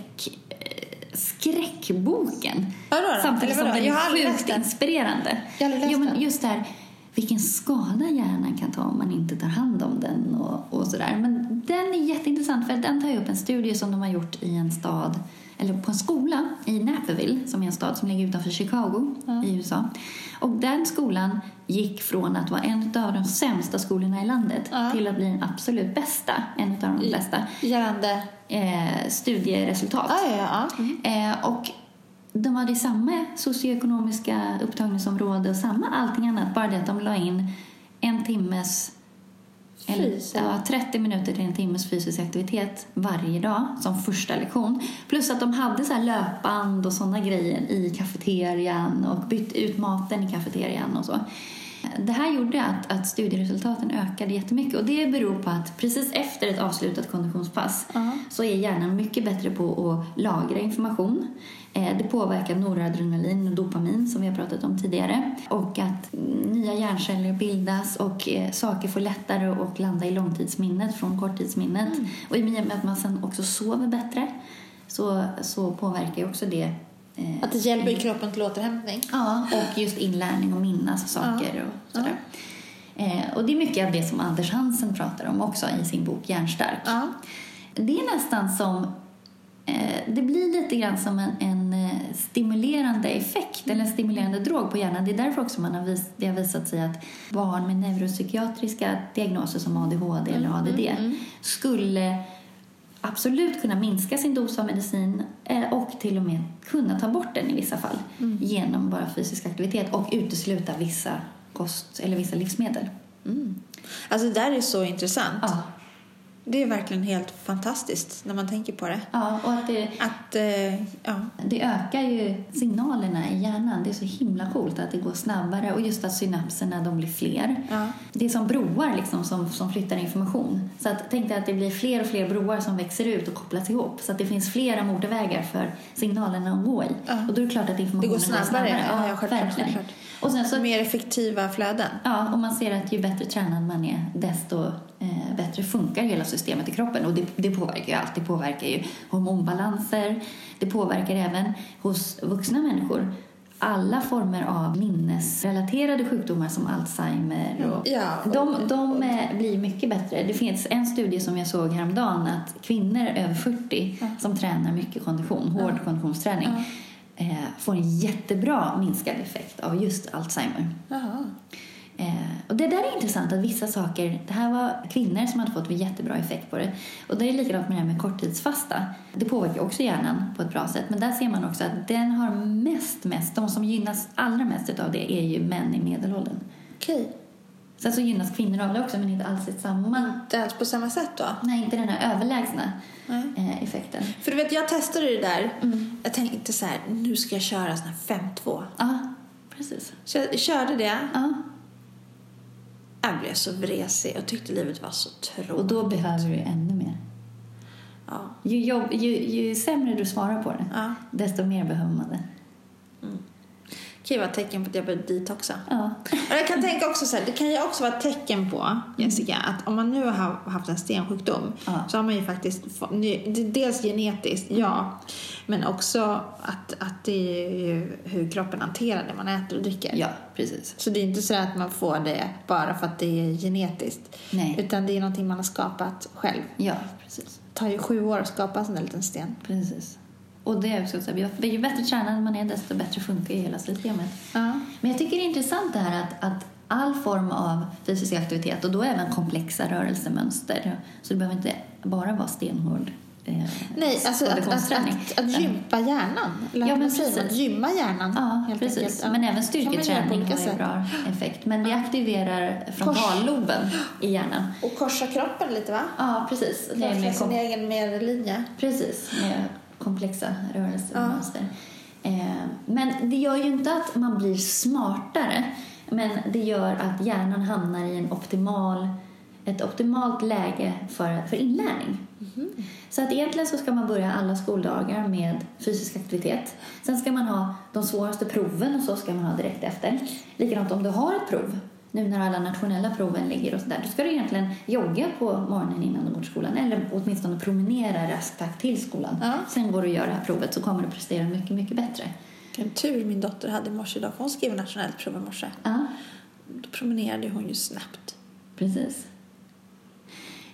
S2: skräckboken. Samtidigt som den är sjukt inspirerande. Men just där, vilken skada hjärnan kan ta om man inte tar hand om den och sådär. Men den är jätteintressant för den tar ju upp en studie som de har gjort i en stad, eller på en skola i Naperville, som är en stad som ligger utanför Chicago i USA. Och den skolan gick från att vara en av de sämsta skolorna i landet till att bli den absolut bästa, en av de bästa.
S1: Gällande
S2: studieresultat. Och de hade samma socioekonomiska upptagningsområde och samma allting annat, bara det att de la in en timmes 30 minuter till en timmes fysisk aktivitet varje dag som första lektion. Plus att de hade så här löpband och sådana grejer i kafeterian och bytt ut maten i kafeterian och så. Det här gjorde att studieresultaten ökade jättemycket, och det beror på att precis efter ett avslutat konditionspass så är hjärnan mycket bättre på att lagra information. Det påverkar noradrenalin och dopamin som vi har pratat om tidigare, och att nya hjärnceller bildas och saker får lättare att landa i långtidsminnet från korttidsminnet. Och i och med att man sen också sover bättre så påverkar ju också det
S1: att det hjälper kroppen till återhämtning.
S2: Ja, och just inlärning och minnas saker och sådär. Och det är mycket av det som Anders Hansen pratar om också i sin bok Hjärnstark. Det är nästan som det blir lite grann som en stimulerande effekt eller en stimulerande drog på hjärnan. Det är därför också det har visat sig att barn med neuropsykiatriska diagnoser som ADHD eller ADD skulle absolut kunna minska sin dos av medicin och till och med kunna ta bort den i vissa fall genom bara fysisk aktivitet och utesluta vissa kost eller vissa livsmedel.
S1: Alltså det där är så intressant. Det är verkligen helt fantastiskt när man tänker på det.
S2: Ja, och det ökar ju signalerna i hjärnan. Det är så himla coolt att det går snabbare, och just att synapserna de blir fler. Det är som broar liksom som flyttar information. Så tänk dig att det blir fler och fler broar som växer ut och kopplas ihop, så att det finns flera motorvägar för signalerna att gå i. Och då är det klart att informationen
S1: går snabbare.
S2: Ja, självklart. Och sen så,
S1: mer effektiva flöden.
S2: Ja, och man ser att ju bättre tränad man är, desto bättre funkar hela systemet i kroppen. Och det påverkar ju allt. Det påverkar ju hormonbalanser. Det påverkar även hos vuxna människor alla former av minnesrelaterade sjukdomar som Alzheimer. Och de blir mycket bättre. Det finns en studie som jag såg häromdagen att kvinnor över 40 som tränar mycket kondition, hård konditionsträning, får en jättebra minskad effekt av just Alzheimer. Och det där är intressant att vissa saker, det här var kvinnor som hade fått en jättebra effekt på det. Och det är likadant med det här med korttidsfasta. Det påverkar också hjärnan på ett bra sätt. Men där ser man också att den har mest, de som gynnas allra mest av det är ju män i medelåldern.
S1: Okej.
S2: Sen så gynnas kvinnor av det också, men inte alls samma.
S1: Inte alls på samma sätt då?
S2: Nej, inte den här överlägsna effekten.
S1: För du vet, jag testade det där. Jag tänkte så här, nu ska jag köra sån här 5-2.
S2: Ja, precis.
S1: Så jag körde det. Jag blev så vresig och tyckte livet var så tråkigt.
S2: Och då behöver du ännu mer. Ju sämre du svarar på det, desto mer behöver man det.
S1: Det kan ju vara ett tecken på att jag behöver detoxa. Och jag kan tänka också så här, det kan ju också vara ett tecken på, Jessica, att om man nu har haft en stensjukdom så har man ju faktiskt dels genetiskt, men också att det är ju hur kroppen hanterar det man äter och dricker.
S2: Ja, precis.
S1: Så det är inte så att man får det bara för att det är genetiskt.
S2: Nej.
S1: Utan det är någonting man har skapat själv.
S2: Ja, precis.
S1: Det tar ju 7 år att skapa en sån där liten sten.
S2: Precis. Och det är också så att ju bättre tränad man är, desto bättre funkar ju hela systemet. Men jag tycker det är intressant det här att all form av fysisk aktivitet, och då även komplexa rörelsemönster, så det behöver inte bara vara stenhård.
S1: Nej, alltså att gympa hjärnan.
S2: Ja, men precis.
S1: Att gymma hjärnan.
S2: Ja, precis. Men även styrketräning har ju bra effekt. Men det aktiverar frontalloben i hjärnan.
S1: Och korsa kroppen lite, va?
S2: Ja, precis.
S1: Det är med sin egen mer linje.
S2: Precis, med komplexa rörelsemönster. Men det gör ju inte att man blir smartare, men det gör att hjärnan hamnar i ett optimalt läge för inlärning. Så att egentligen så ska man börja alla skoldagar med fysisk aktivitet. Sen ska man ha de svåraste proven, och så ska man ha direkt efter. Likadant om du har ett prov, nu när alla nationella proven ligger och sådär, då ska du egentligen jogga på morgonen innan du går till skolan, eller åtminstone promenera raskt takt till skolan. Sen går du och gör det här provet, så kommer du prestera mycket, mycket bättre.
S1: En tur min dotter hade i morse idag, för hon skrev nationellt prov i morse. Då promenerade hon ju snabbt.
S2: Precis.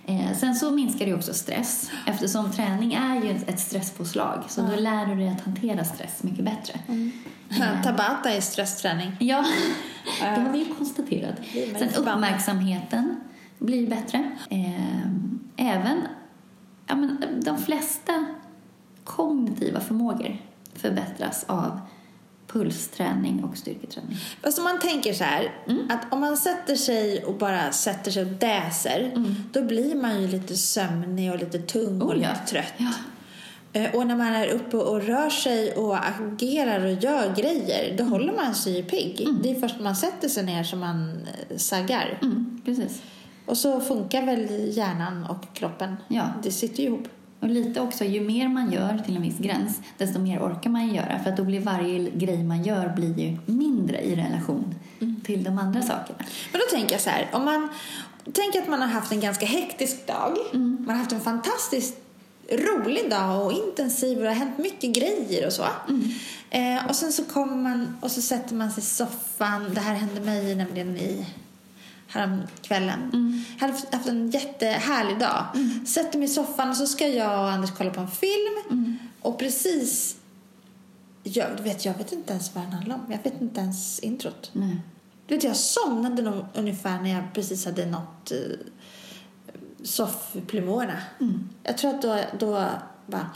S2: Sen så minskar det också stress. Eftersom träning är ju ett stresspåslag. Så då lär du dig att hantera stress mycket bättre.
S1: Tabata är stressträning.
S2: Ja, det har vi ju konstaterat. Sen uppmärksamheten blir bättre. Även de flesta kognitiva förmågor förbättras av pulsträning och styrketräning.
S1: Fast om man tänker så här, att om man sätter sig och däser, då blir man ju lite sömnig och lite tung och lite trött. Ja. Och när man är uppe och rör sig och agerar och gör grejer, då håller man sig pigg. Det är först när man sätter sig ner som man saggar.
S2: Precis.
S1: Och så funkar väl hjärnan och kroppen. Ja. Det sitter ju ihop.
S2: Och lite också, ju mer man gör till en viss gräns, desto mer orkar man göra. För att då blir varje grej man gör blir ju mindre i relation till de andra sakerna.
S1: Men då tänker jag så här, om man tänker att man har haft en ganska hektisk dag. Man har haft en fantastiskt rolig dag och intensiv och det har hänt mycket grejer och så. Och sen så kommer man och så sätter man sig i soffan. Det här hände mig nämligen häromkvällen. Jag hade haft en jättehärlig dag. Sätter mig i soffan och så ska jag och Anders kolla på en film. Och precis jag vet inte ens vad den handlar om. Jag vet inte ens introt.
S2: Nej.
S1: Du vet, jag somnade nog ungefär när jag precis hade nått soffplumorna. Jag tror att då bara...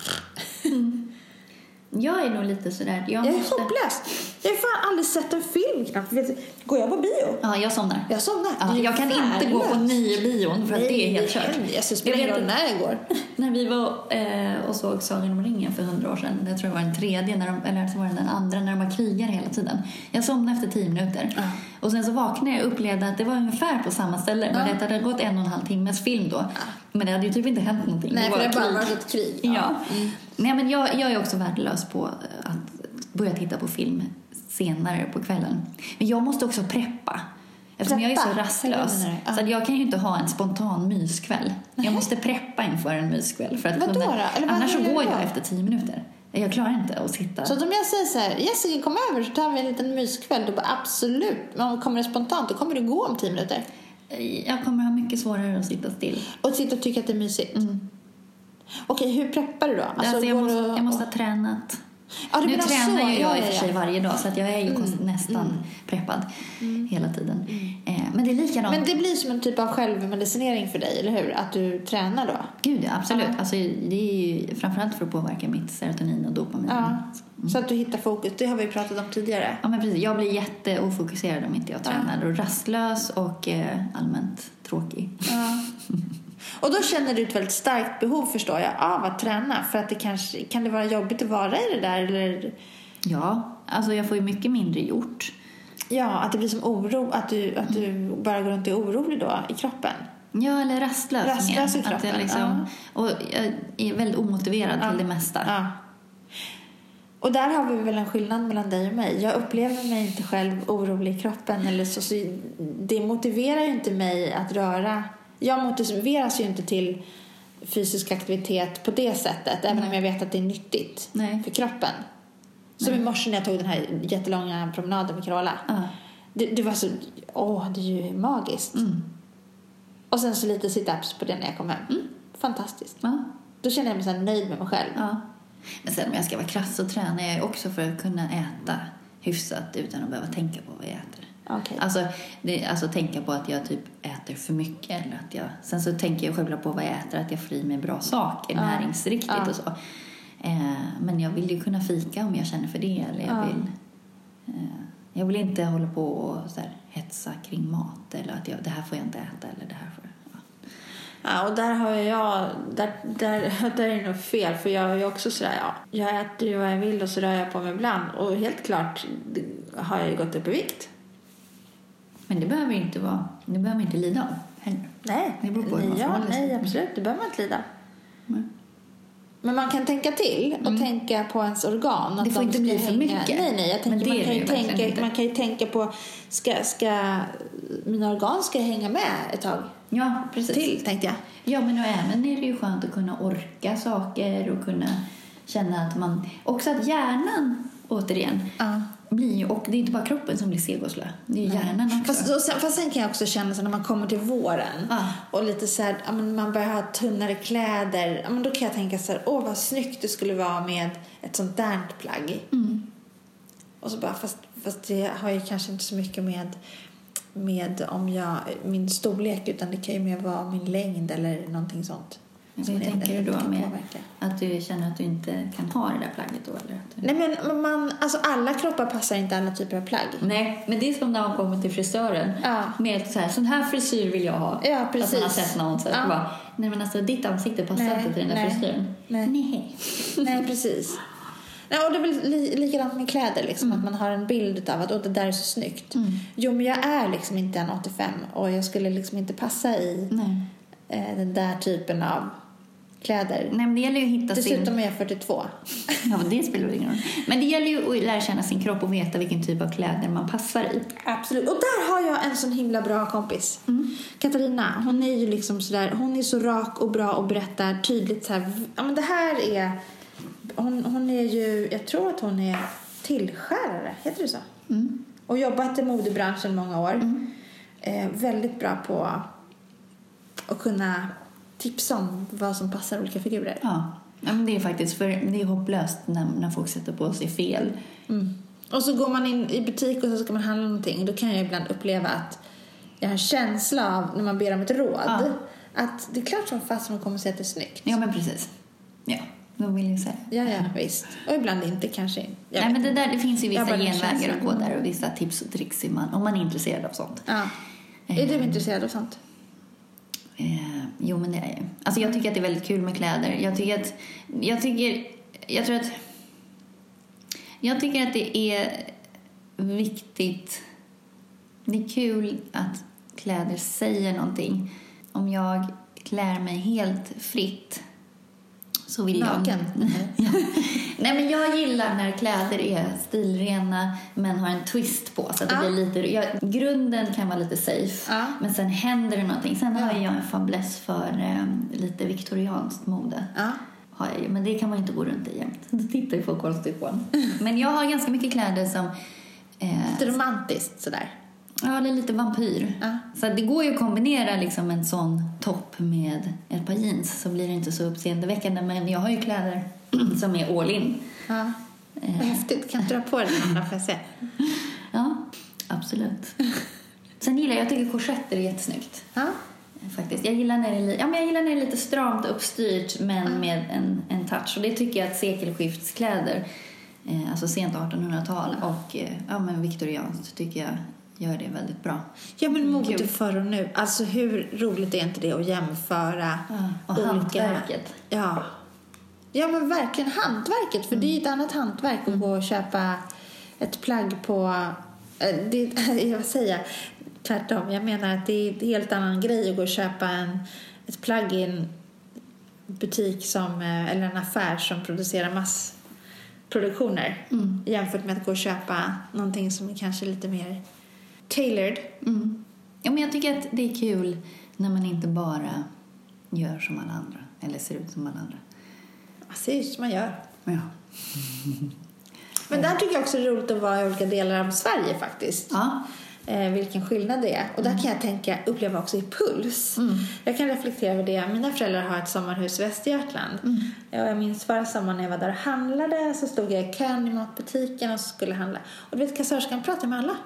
S2: Jag är nog lite sådär... Jag
S1: är hopplös. Jag har fan aldrig sett en film knappt. Går jag på bio?
S2: Ja, jag somnar.
S1: Ja,
S2: jag kan inte gå på bion för att det är helt kört.
S1: Jag spelar roll när jag går.
S2: När vi var och såg Sagan om ringen för 100 år sedan. Jag tror det var den tredje, eller så var det den andra, när de var krigar hela tiden. Jag somnade efter 10 minuter. Och sen så vaknade jag och upplevde att det var ungefär på samma ställe. Men det hade gått 1,5 timmes film då. Men det hade ju typ inte hänt någonting.
S1: Nej, för det bara varit ett krig.
S2: Ja. Nej, men jag är också värdelös på att börja titta på film senare på kvällen. Men jag måste också preppa. Eftersom jag är så rastlös. Så att jag kan ju inte ha en spontan myskväll. Jag måste preppa inför en myskväll. För att annars så går jag efter 10 minuter. Jag klarar inte att sitta.
S1: Så om jag säger så här, Jessica, kom över så tar vi en liten myskväll. Då bara absolut. Men kommer det spontant, då kommer det gå om 10 minuter.
S2: Jag kommer ha mycket svårare att sitta still.
S1: Och sitta och tycka att det är mysigt. Okej, hur preppar du då?
S2: Alltså jag måste ha tränat. Nu tränar jag i och för sig varje dag. Så att jag är ju nästan preppad hela tiden. Men det är likadant.
S1: Men det blir som en typ av självmedicinering för dig, eller hur? Att du tränar då?
S2: Gud, ja, absolut. Alltså, det är ju framförallt för att påverka mitt serotonin och dopamin.
S1: Så att du hittar fokus. Det har vi pratat om tidigare.
S2: Ja, men precis. Jag blir jätteofokuserad om inte jag tränar. Och rastlös och allmänt tråkig.
S1: Och då känner du ett väldigt starkt behov, förstår jag, av att träna. För att kan det vara jobbigt att vara i det där? Eller?
S2: Ja, alltså jag får ju mycket mindre gjort.
S1: Ja, att det blir som oro. Att du bara går runt och är orolig då i kroppen.
S2: Ja, eller rastlös
S1: i kroppen.
S2: Att jag och jag är väldigt omotiverad till det mesta.
S1: Ja. Och där har vi väl en skillnad mellan dig och mig. Jag upplever mig inte själv orolig i kroppen. Eller så det motiverar ju inte mig att röra. Jag motiveras ju inte till fysisk aktivitet på det sättet. Även om jag vet att det är nyttigt för kroppen. Som i morse när jag tog den här jättelånga promenaden med Carola. Det var så... det är ju magiskt. Och sen så lite sit-ups på det när jag kom hem. Fantastiskt. Då känner jag mig så nöjd med mig själv.
S2: Men sen om jag ska vara krass så tränar jag också för att kunna äta hyfsat utan att behöva tänka på vad jag äter.
S1: Okay.
S2: Alltså tänka på att jag typ äter för mycket. Eller att sen så tänker jag själv på vad jag äter. Att jag får i mig bra saker, näringsriktigt och så. Men jag vill ju kunna fika om jag känner för det. Eller jag vill inte hålla på och så här, hetsa kring mat. Eller att det här får jag inte äta. Eller det här får jag.
S1: Ja, och där har jag... Där är det nog fel. För jag är ju också sådär, jag äter ju vad jag vill och så rör jag på mig ibland. Och helt klart har jag ju gått upp i vikt.
S2: Men det behöver inte vara... Det behöver man inte lida av heller.
S1: Nej,
S2: det beror på
S1: nej, absolut. Det behöver man inte lida. Men man kan tänka till och tänka på ens organ. Att
S2: det får inte bli för mycket.
S1: Nej, jag tänker, man kan ju tänka på ska mina organ ska hänga med ett tag.
S2: Ja, precis.
S1: Till, tänkte jag.
S2: Ja, men även är det ju skönt att kunna orka saker och kunna känna att man... Också att hjärnan, återigen, blir ju, och det är inte bara kroppen som blir seg och slö. Det är ju hjärnan också.
S1: Fast sen kan jag också känna så när man kommer till våren och lite så här, man börjar ha tunnare kläder, då kan jag tänka så här, vad snyggt det skulle vara med ett sånt där plagg. Och så bara, fast det har ju kanske inte så mycket med min storlek, utan det kan ju mer vara min längd eller någonting sånt.
S2: Så jag tänker du då med att du känner att du inte kan ha det där plagget då? Eller
S1: Nej, men alla kroppar passar inte alla typer av plagg.
S2: Nej, men det är som när man kommer till frisören. Med så här, sån här frisyr vill jag ha.
S1: Ja, precis.
S2: Att man har sett någon så att bara, nej men alltså ditt ansikte passar inte till den där frisyren.
S1: Nej, precis. Nej, och det är väl likadant med kläder liksom, att man har en bild av att det där är så snyggt. Jo, men jag är liksom inte en 85 och jag skulle liksom inte passa i den där typen av kläder.
S2: Nej, men det gäller ju att hitta
S1: Dessutom är jag 42.
S2: Ja, men det spelar ingen roll. Men det gäller ju att lära känna sin kropp och veta vilken typ av kläder man passar i.
S1: Absolut. Och där har jag en sån himla bra kompis. Katarina, hon är ju liksom sådär, hon är så rak och bra och berättar tydligt så här, ja men det här är hon är ju, jag tror att hon är tillskärare, heter det så? Och jobbat i modebranschen många år. Väldigt bra på att kunna tipsa om vad som passar olika figurer.
S2: Ja, men det är faktiskt, för det är hopplöst när folk sätter på sig fel.
S1: Och så går man in i butik och så ska man handla någonting. Då kan jag ibland uppleva att jag har en känsla av, när man ber om ett råd, att det är klart som fast man kommer att säga att det är snyggt.
S2: Ja, men precis. Ja, vad vill jag säga?
S1: Ja, visst. Och ibland inte kanske.
S2: Nej, men det finns ju vissa genvägar att gå där och vissa tips och tricks om man är intresserad av sånt.
S1: Ja. Är du intresserad av sånt?
S2: Jo, men det är ju. Alltså jag tycker att det är väldigt kul med kläder. Jag tycker att det är viktigt. Det är kul att kläder säger någonting. Om jag klär mig helt fritt så vill jag... Nej, men jag gillar när kläder är stilrena men har en twist på så att det blir lite... grunden kan vara lite safe, men sen händer det någonting. Sen har jag en fäbless för lite viktorianskt mode. Har jag ju, men det kan man inte gå runt i jämt. Då tittar ju folk konstigt på en. Men jag har ganska mycket kläder som...
S1: lite romantiskt sådär.
S2: Ja, det är lite vampyr. Så det går ju att kombinera liksom en sån topp med ett par jeans, så blir det inte så uppseendeväckande. Men jag har ju kläder som är all in.
S1: Ja, häftigt. Kan du dra på det några, får jag se?
S2: Ja, absolut. Sen gillar jag tycker korsetter är jättesnyggt. Faktiskt. Jag gillar när det är lite stramt uppstyrt men med en touch. Och det tycker jag att sekelskiftskläder, alltså sent 1800-tal och viktorianskt, tycker jag gör det väldigt bra. Ja, men mode förr och nu. Alltså hur roligt är inte det att jämföra och olika... hantverket.
S1: Ja, men verkligen hantverket. För det är ju ett annat hantverk att gå och köpa ett plagg på... jag vill säga tvärtom. Jag menar att det är en helt annan grej att gå och köpa ett plagg i en butik eller en affär som producerar massproduktioner. Jämfört med att gå och köpa någonting som är kanske lite mer tailored. Ja, men jag tycker att det är kul när man inte bara gör som alla andra. Eller ser ut som alla andra. Ser ut som man gör. Ja. Men där tycker jag också det är roligt att vara i olika delar av Sverige faktiskt. Vilken skillnad det är. Och där kan jag uppleva också i puls. Jag kan reflektera över det. Mina föräldrar har ett sommarhus i Västergötland. Jag minns förra sommaren när jag var där och handlade. Så stod jag i kön i matbutiken och skulle handla. Och du vet, kassörskan pratar med alla.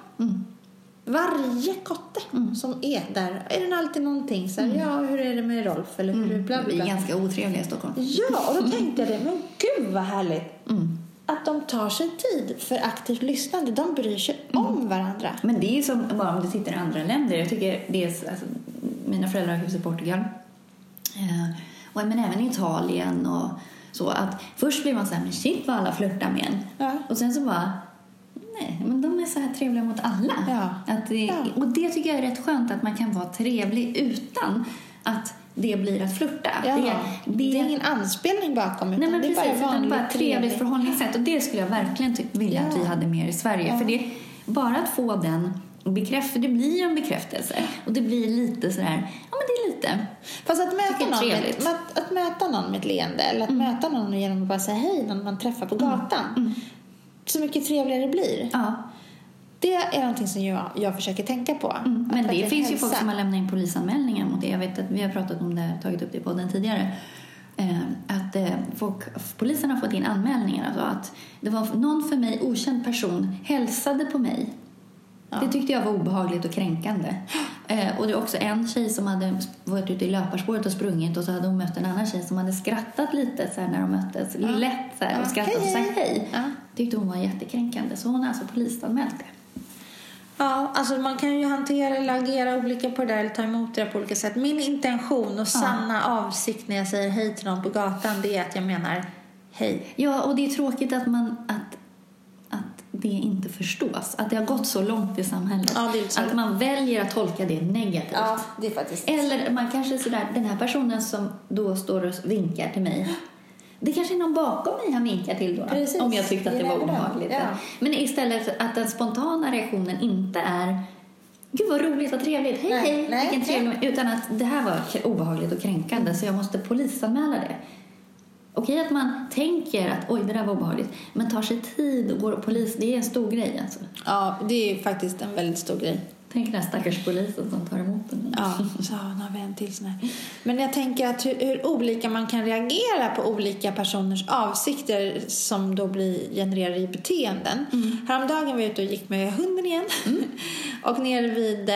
S1: Varje kotte som är där. Är det alltid någonting så här, ja, hur är det med Rolf? Eller hur bla bla. Vi är ganska otrevliga i Stockholm. Ja, och då tänkte jag det. Men gud vad härligt. Att de tar sig tid för aktivt lyssnande. De bryr sig om varandra. Men det är ju som bara om du tittar i andra länder. Jag tycker det är, alltså, mina föräldrar har hus i Portugal. Men även i Italien och så. Att först blir man så här, men shit vad alla flörtar med en. Ja. Och sen så bara, nej, men de är så här trevliga mot alla. Ja. Och det tycker jag är rätt skönt, att man kan vara trevlig utan att det blir att flirta. Ja. Det är ingen anspelning bakom, utan nej, men det är precis, bara vanligt trevligt förhållningssätt. Och det skulle jag verkligen vilja att vi hade mer i Sverige. Ja. För det bara att få den bekräftelse, det blir en bekräftelse. Och det blir lite så här, ja men det är lite. Fast att möta någon med ett leende, eller att möta någon genom att bara säga hej när man träffar på gatan. så mycket trevligare det blir.
S2: Ja.
S1: Det är någonting som jag försöker tänka på.
S2: Men det finns ju folk som har lämnat in polisanmälningar mot det. Jag vet att vi har pratat om det, tagit upp det på den tidigare. Att polisen har fått in anmälningar. Alltså att det var någon för mig okänd person hälsade på mig. Ja. Det tyckte jag var obehagligt och kränkande. Och det är också en tjej som hade varit ute i löparspåret och sprungit. Och så hade hon mött en annan tjej som hade skrattat lite så här, när de möttes. Lätt så här, och skrattat och sagt hej. Tyckte hon var jättekränkande. Så hon har alltså polisanmält det.
S1: Ja, alltså man kan ju hantera eller agera olika på det där, eller ta emot det på olika sätt. Min intention och sanna avsikt när jag säger hej till någon på gatan, det är att jag menar hej.
S2: Ja, och det är tråkigt att det inte förstås. Att det har gått så långt i samhället.
S1: Ja,
S2: att man väljer att tolka det negativt.
S1: Ja, det är faktiskt.
S2: Eller man kanske sådär, den här personen som då står och vinkar till mig. Det kanske är någon bakom mig han vinkar till då.
S1: Precis.
S2: Om jag tyckte att det var obehagligt.
S1: Ja.
S2: Men istället att den spontana reaktionen inte är gud vad roligt, vad trevligt, hej, vilken trevlig. Utan att det här var obehagligt och kränkande så jag måste polisanmäla det. Okej att man tänker att oj, det där var obehagligt. Men tar sig tid och går och polis, det är en stor grej alltså.
S1: Ja, det är faktiskt en väldigt stor grej.
S2: Tänk den här stackars polisen som tar emot den.
S1: Ja, så nu har vi en till sån här. Men jag tänker att hur olika man kan reagera på olika personers avsikter som då blir genererade i beteenden. Häromdagen var jag ute och gick med hunden igen. Och nere vid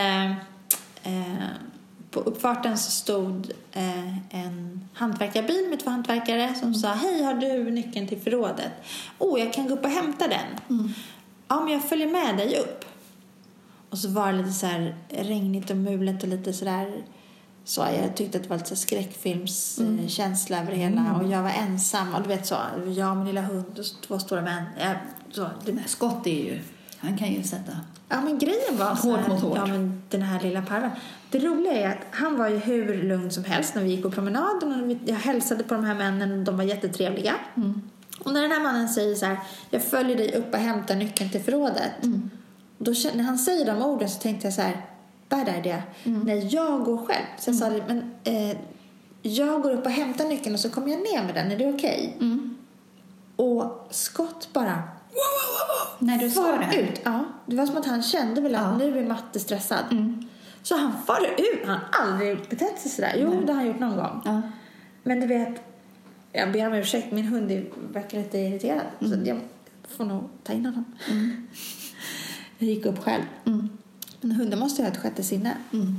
S1: på uppfarten så stod en hantverkarbil med 2 hantverkare som sa hej, har du nyckeln till förrådet? Jag kan gå upp och hämta den. Ja, men jag följer med dig upp. Och så var det lite så här regnigt och mulet och lite sådär. Så jag tyckte att det var lite skräckfilmskänsla över det hela. Och jag var ensam. Och du vet så, jag och min lilla hund och 2 stora män.
S2: Skott är ju, han kan ju sätta.
S1: Ja, men grejen var så
S2: hårt mot hårt.
S1: Ja, men den här lilla parven. Det roliga är att han var ju hur lugn som helst när vi gick på promenaden. Och jag hälsade på de här männen. De var jättetrevliga. Och när den här mannen säger så här, jag följer dig upp och hämtar nyckeln till förrådet. Då, när han säger de orden så tänkte jag så här, där är det. När jag går själv. Så jag sa det, men jag går upp och hämtar nyckeln och så kommer jag ner med den. Är det okej? Och Scott bara
S2: när du sa det
S1: ut. Ja, det var som att han kände väl att nu är Matte stressad. Så han far ut. Han har aldrig betett sig sådär. Jo, det har han gjort någon gång. Men du vet, jag ber om ursäkt. Min hund verkar lite irriterad. Så jag får nog ta in honom. Jag gick upp själv. Men hunden måste ju ha ett sjätte sinne.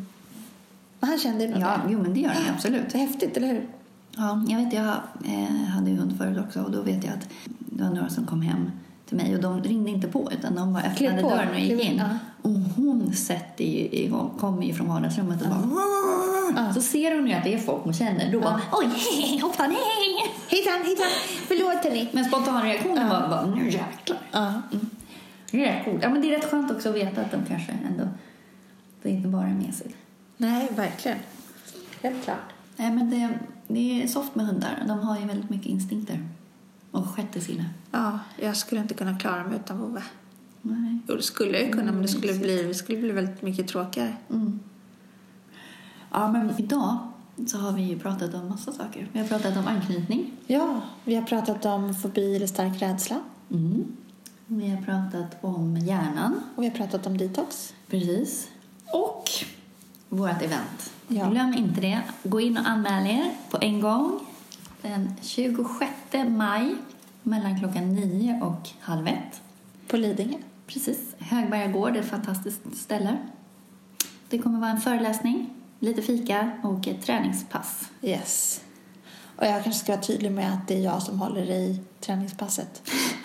S1: Men han kände nog
S2: det. Jo, men det gör han absolut.
S1: Det är häftigt, eller hur?
S2: Ja, jag vet, jag hade ju hund förut också. Och då vet jag att det var några som kom hem till mig. Och de ringde inte på, utan de bara öppnade dörren och gick in. Och hon kommer ju från vardagsrummet och bara... Så ser hon ju att det är folk hon känner. Då bara, oj, hoppsan, hej!
S1: Hitan, förlåt henne.
S2: Men spontanreaktionen var, nu jäklar. Det är rätt coolt. Ja, men det är rätt skönt också att veta att de kanske ändå det inte bara är med sig.
S1: Nej, verkligen. Helt klart.
S2: Nej, men det är soft med hundar. De har ju väldigt mycket instinkter. Och sjätte sinne.
S1: Ja, jag skulle inte kunna klara mig utan Vove.
S2: Nej.
S1: Jo, det skulle jag kunna, men det skulle bli väldigt mycket tråkigare.
S2: Ja, men idag så har vi ju pratat om massa saker. Vi har pratat om anknytning.
S1: Ja, vi har pratat om fobi eller stark rädsla.
S2: Vi har pratat om hjärnan.
S1: Och vi har pratat om detox.
S2: Precis. Och vårt event.
S1: Ja.
S2: Glöm inte det. Gå in och anmäl er på en gång. Den 26 maj mellan klockan 9 och 12:30.
S1: På Lidingö.
S2: Precis. Högberga gård är ett fantastiskt ställe. Det kommer vara en föreläsning, lite fika och ett träningspass.
S1: Yes. Och jag kanske ska vara tydlig med att det är jag som håller i träningspasset.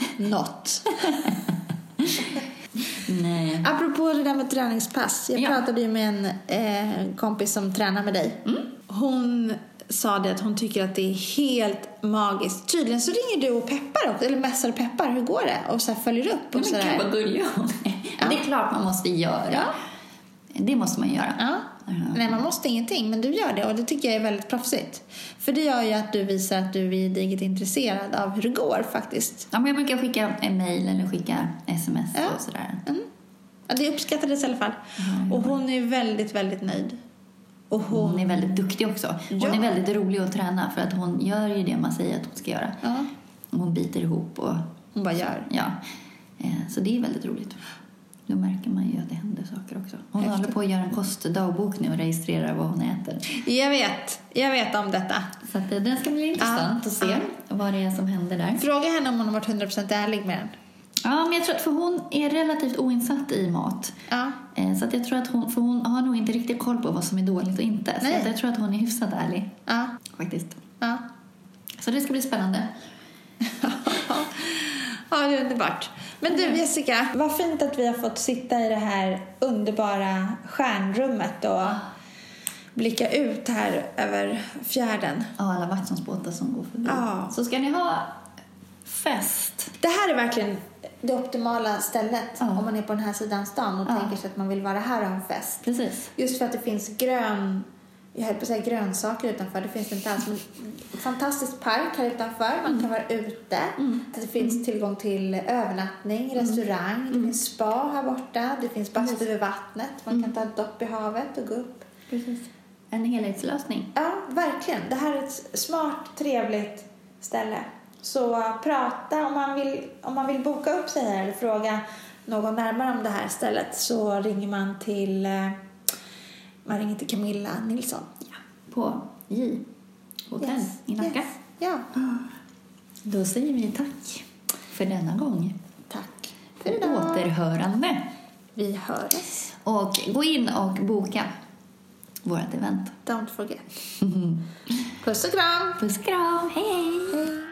S2: Nej.
S1: Apropå det där med träningspass. Jag pratade ju med en kompis som tränar med dig. Hon sa det att hon tycker att det är helt magiskt. Tydligen så ringer du och peppar också, eller mässar och peppar. Hur går det? Och så här följer upp. Och
S2: så där. Vad gullig hon är. Ja. Det är klart man måste göra. Ja. Det måste man göra.
S1: Ja. Nej, man måste ingenting, men du gör det. Och det tycker jag är väldigt proffsigt. För det gör ju att du visar att du är digert intresserad av hur det går faktiskt.
S2: Ja, men jag brukar skicka en mail eller skicka sms och sådär.
S1: Ja, det uppskattades i alla fall. Och hon är väldigt, väldigt nöjd. Och
S2: hon är väldigt duktig också. Hon är väldigt rolig att träna för att hon gör ju det man säger att hon ska göra. Ja. Hon biter ihop och...
S1: Hon bara gör.
S2: Ja. Så det är väldigt roligt. Då märker man ju att det händer saker också. Hon håller på att göra en kostdagbok nu och registrerar vad hon äter.
S1: Jag vet om detta.
S2: Så att den ska bli intressant att se vad det är som händer där.
S1: Fråga henne om hon har varit 100% ärlig med den.
S2: Ja, men jag tror att för hon är relativt oinsatt i mat.
S1: Ja.
S2: Så att jag tror att hon har nog inte riktigt koll på vad som är dåligt och inte. Så att jag tror att hon är hyfsat ärlig.
S1: Ja.
S2: Faktiskt.
S1: Ja.
S2: Så det ska bli spännande.
S1: Ja, det är underbart. Men du Jessica, vad fint att vi har fått sitta i det här underbara stjärnrummet och blicka ut här över fjärden.
S2: Ja, alla Vaxholmsbåtar som går förbi.
S1: Ja.
S2: Så ska ni ha fest.
S1: Det här är verkligen det optimala stället om man är på den här sidan stan och tänker sig att man vill vara här och ha en fest.
S2: Precis.
S1: Just för att det finns jag höll på att säga grönsaker utanför. Det finns inte alls. Men fantastisk park här utanför. Man kan vara ute. Det finns tillgång till övernattning, restaurang. Det finns spa här borta. Det finns bastu vid vattnet. Man kan ta ett dopp i havet och gå upp.
S2: Precis. En helhetslösning.
S1: Ja, verkligen. Det här är ett smart, trevligt ställe. Så prata om man vill boka upp sig här eller fråga någon närmare om det här stället, så ringer man till Camilla Nilsson.
S2: Ja, på J Hotell i Nacka.
S1: Yes. Ja.
S2: Då säger vi tack för denna gång.
S1: Tack
S2: för idag. Återhörande.
S1: Vi hörs.
S2: Och gå in och boka vårt event.
S1: Don't forget. Puss och kram.
S2: Puss och kram. Hej.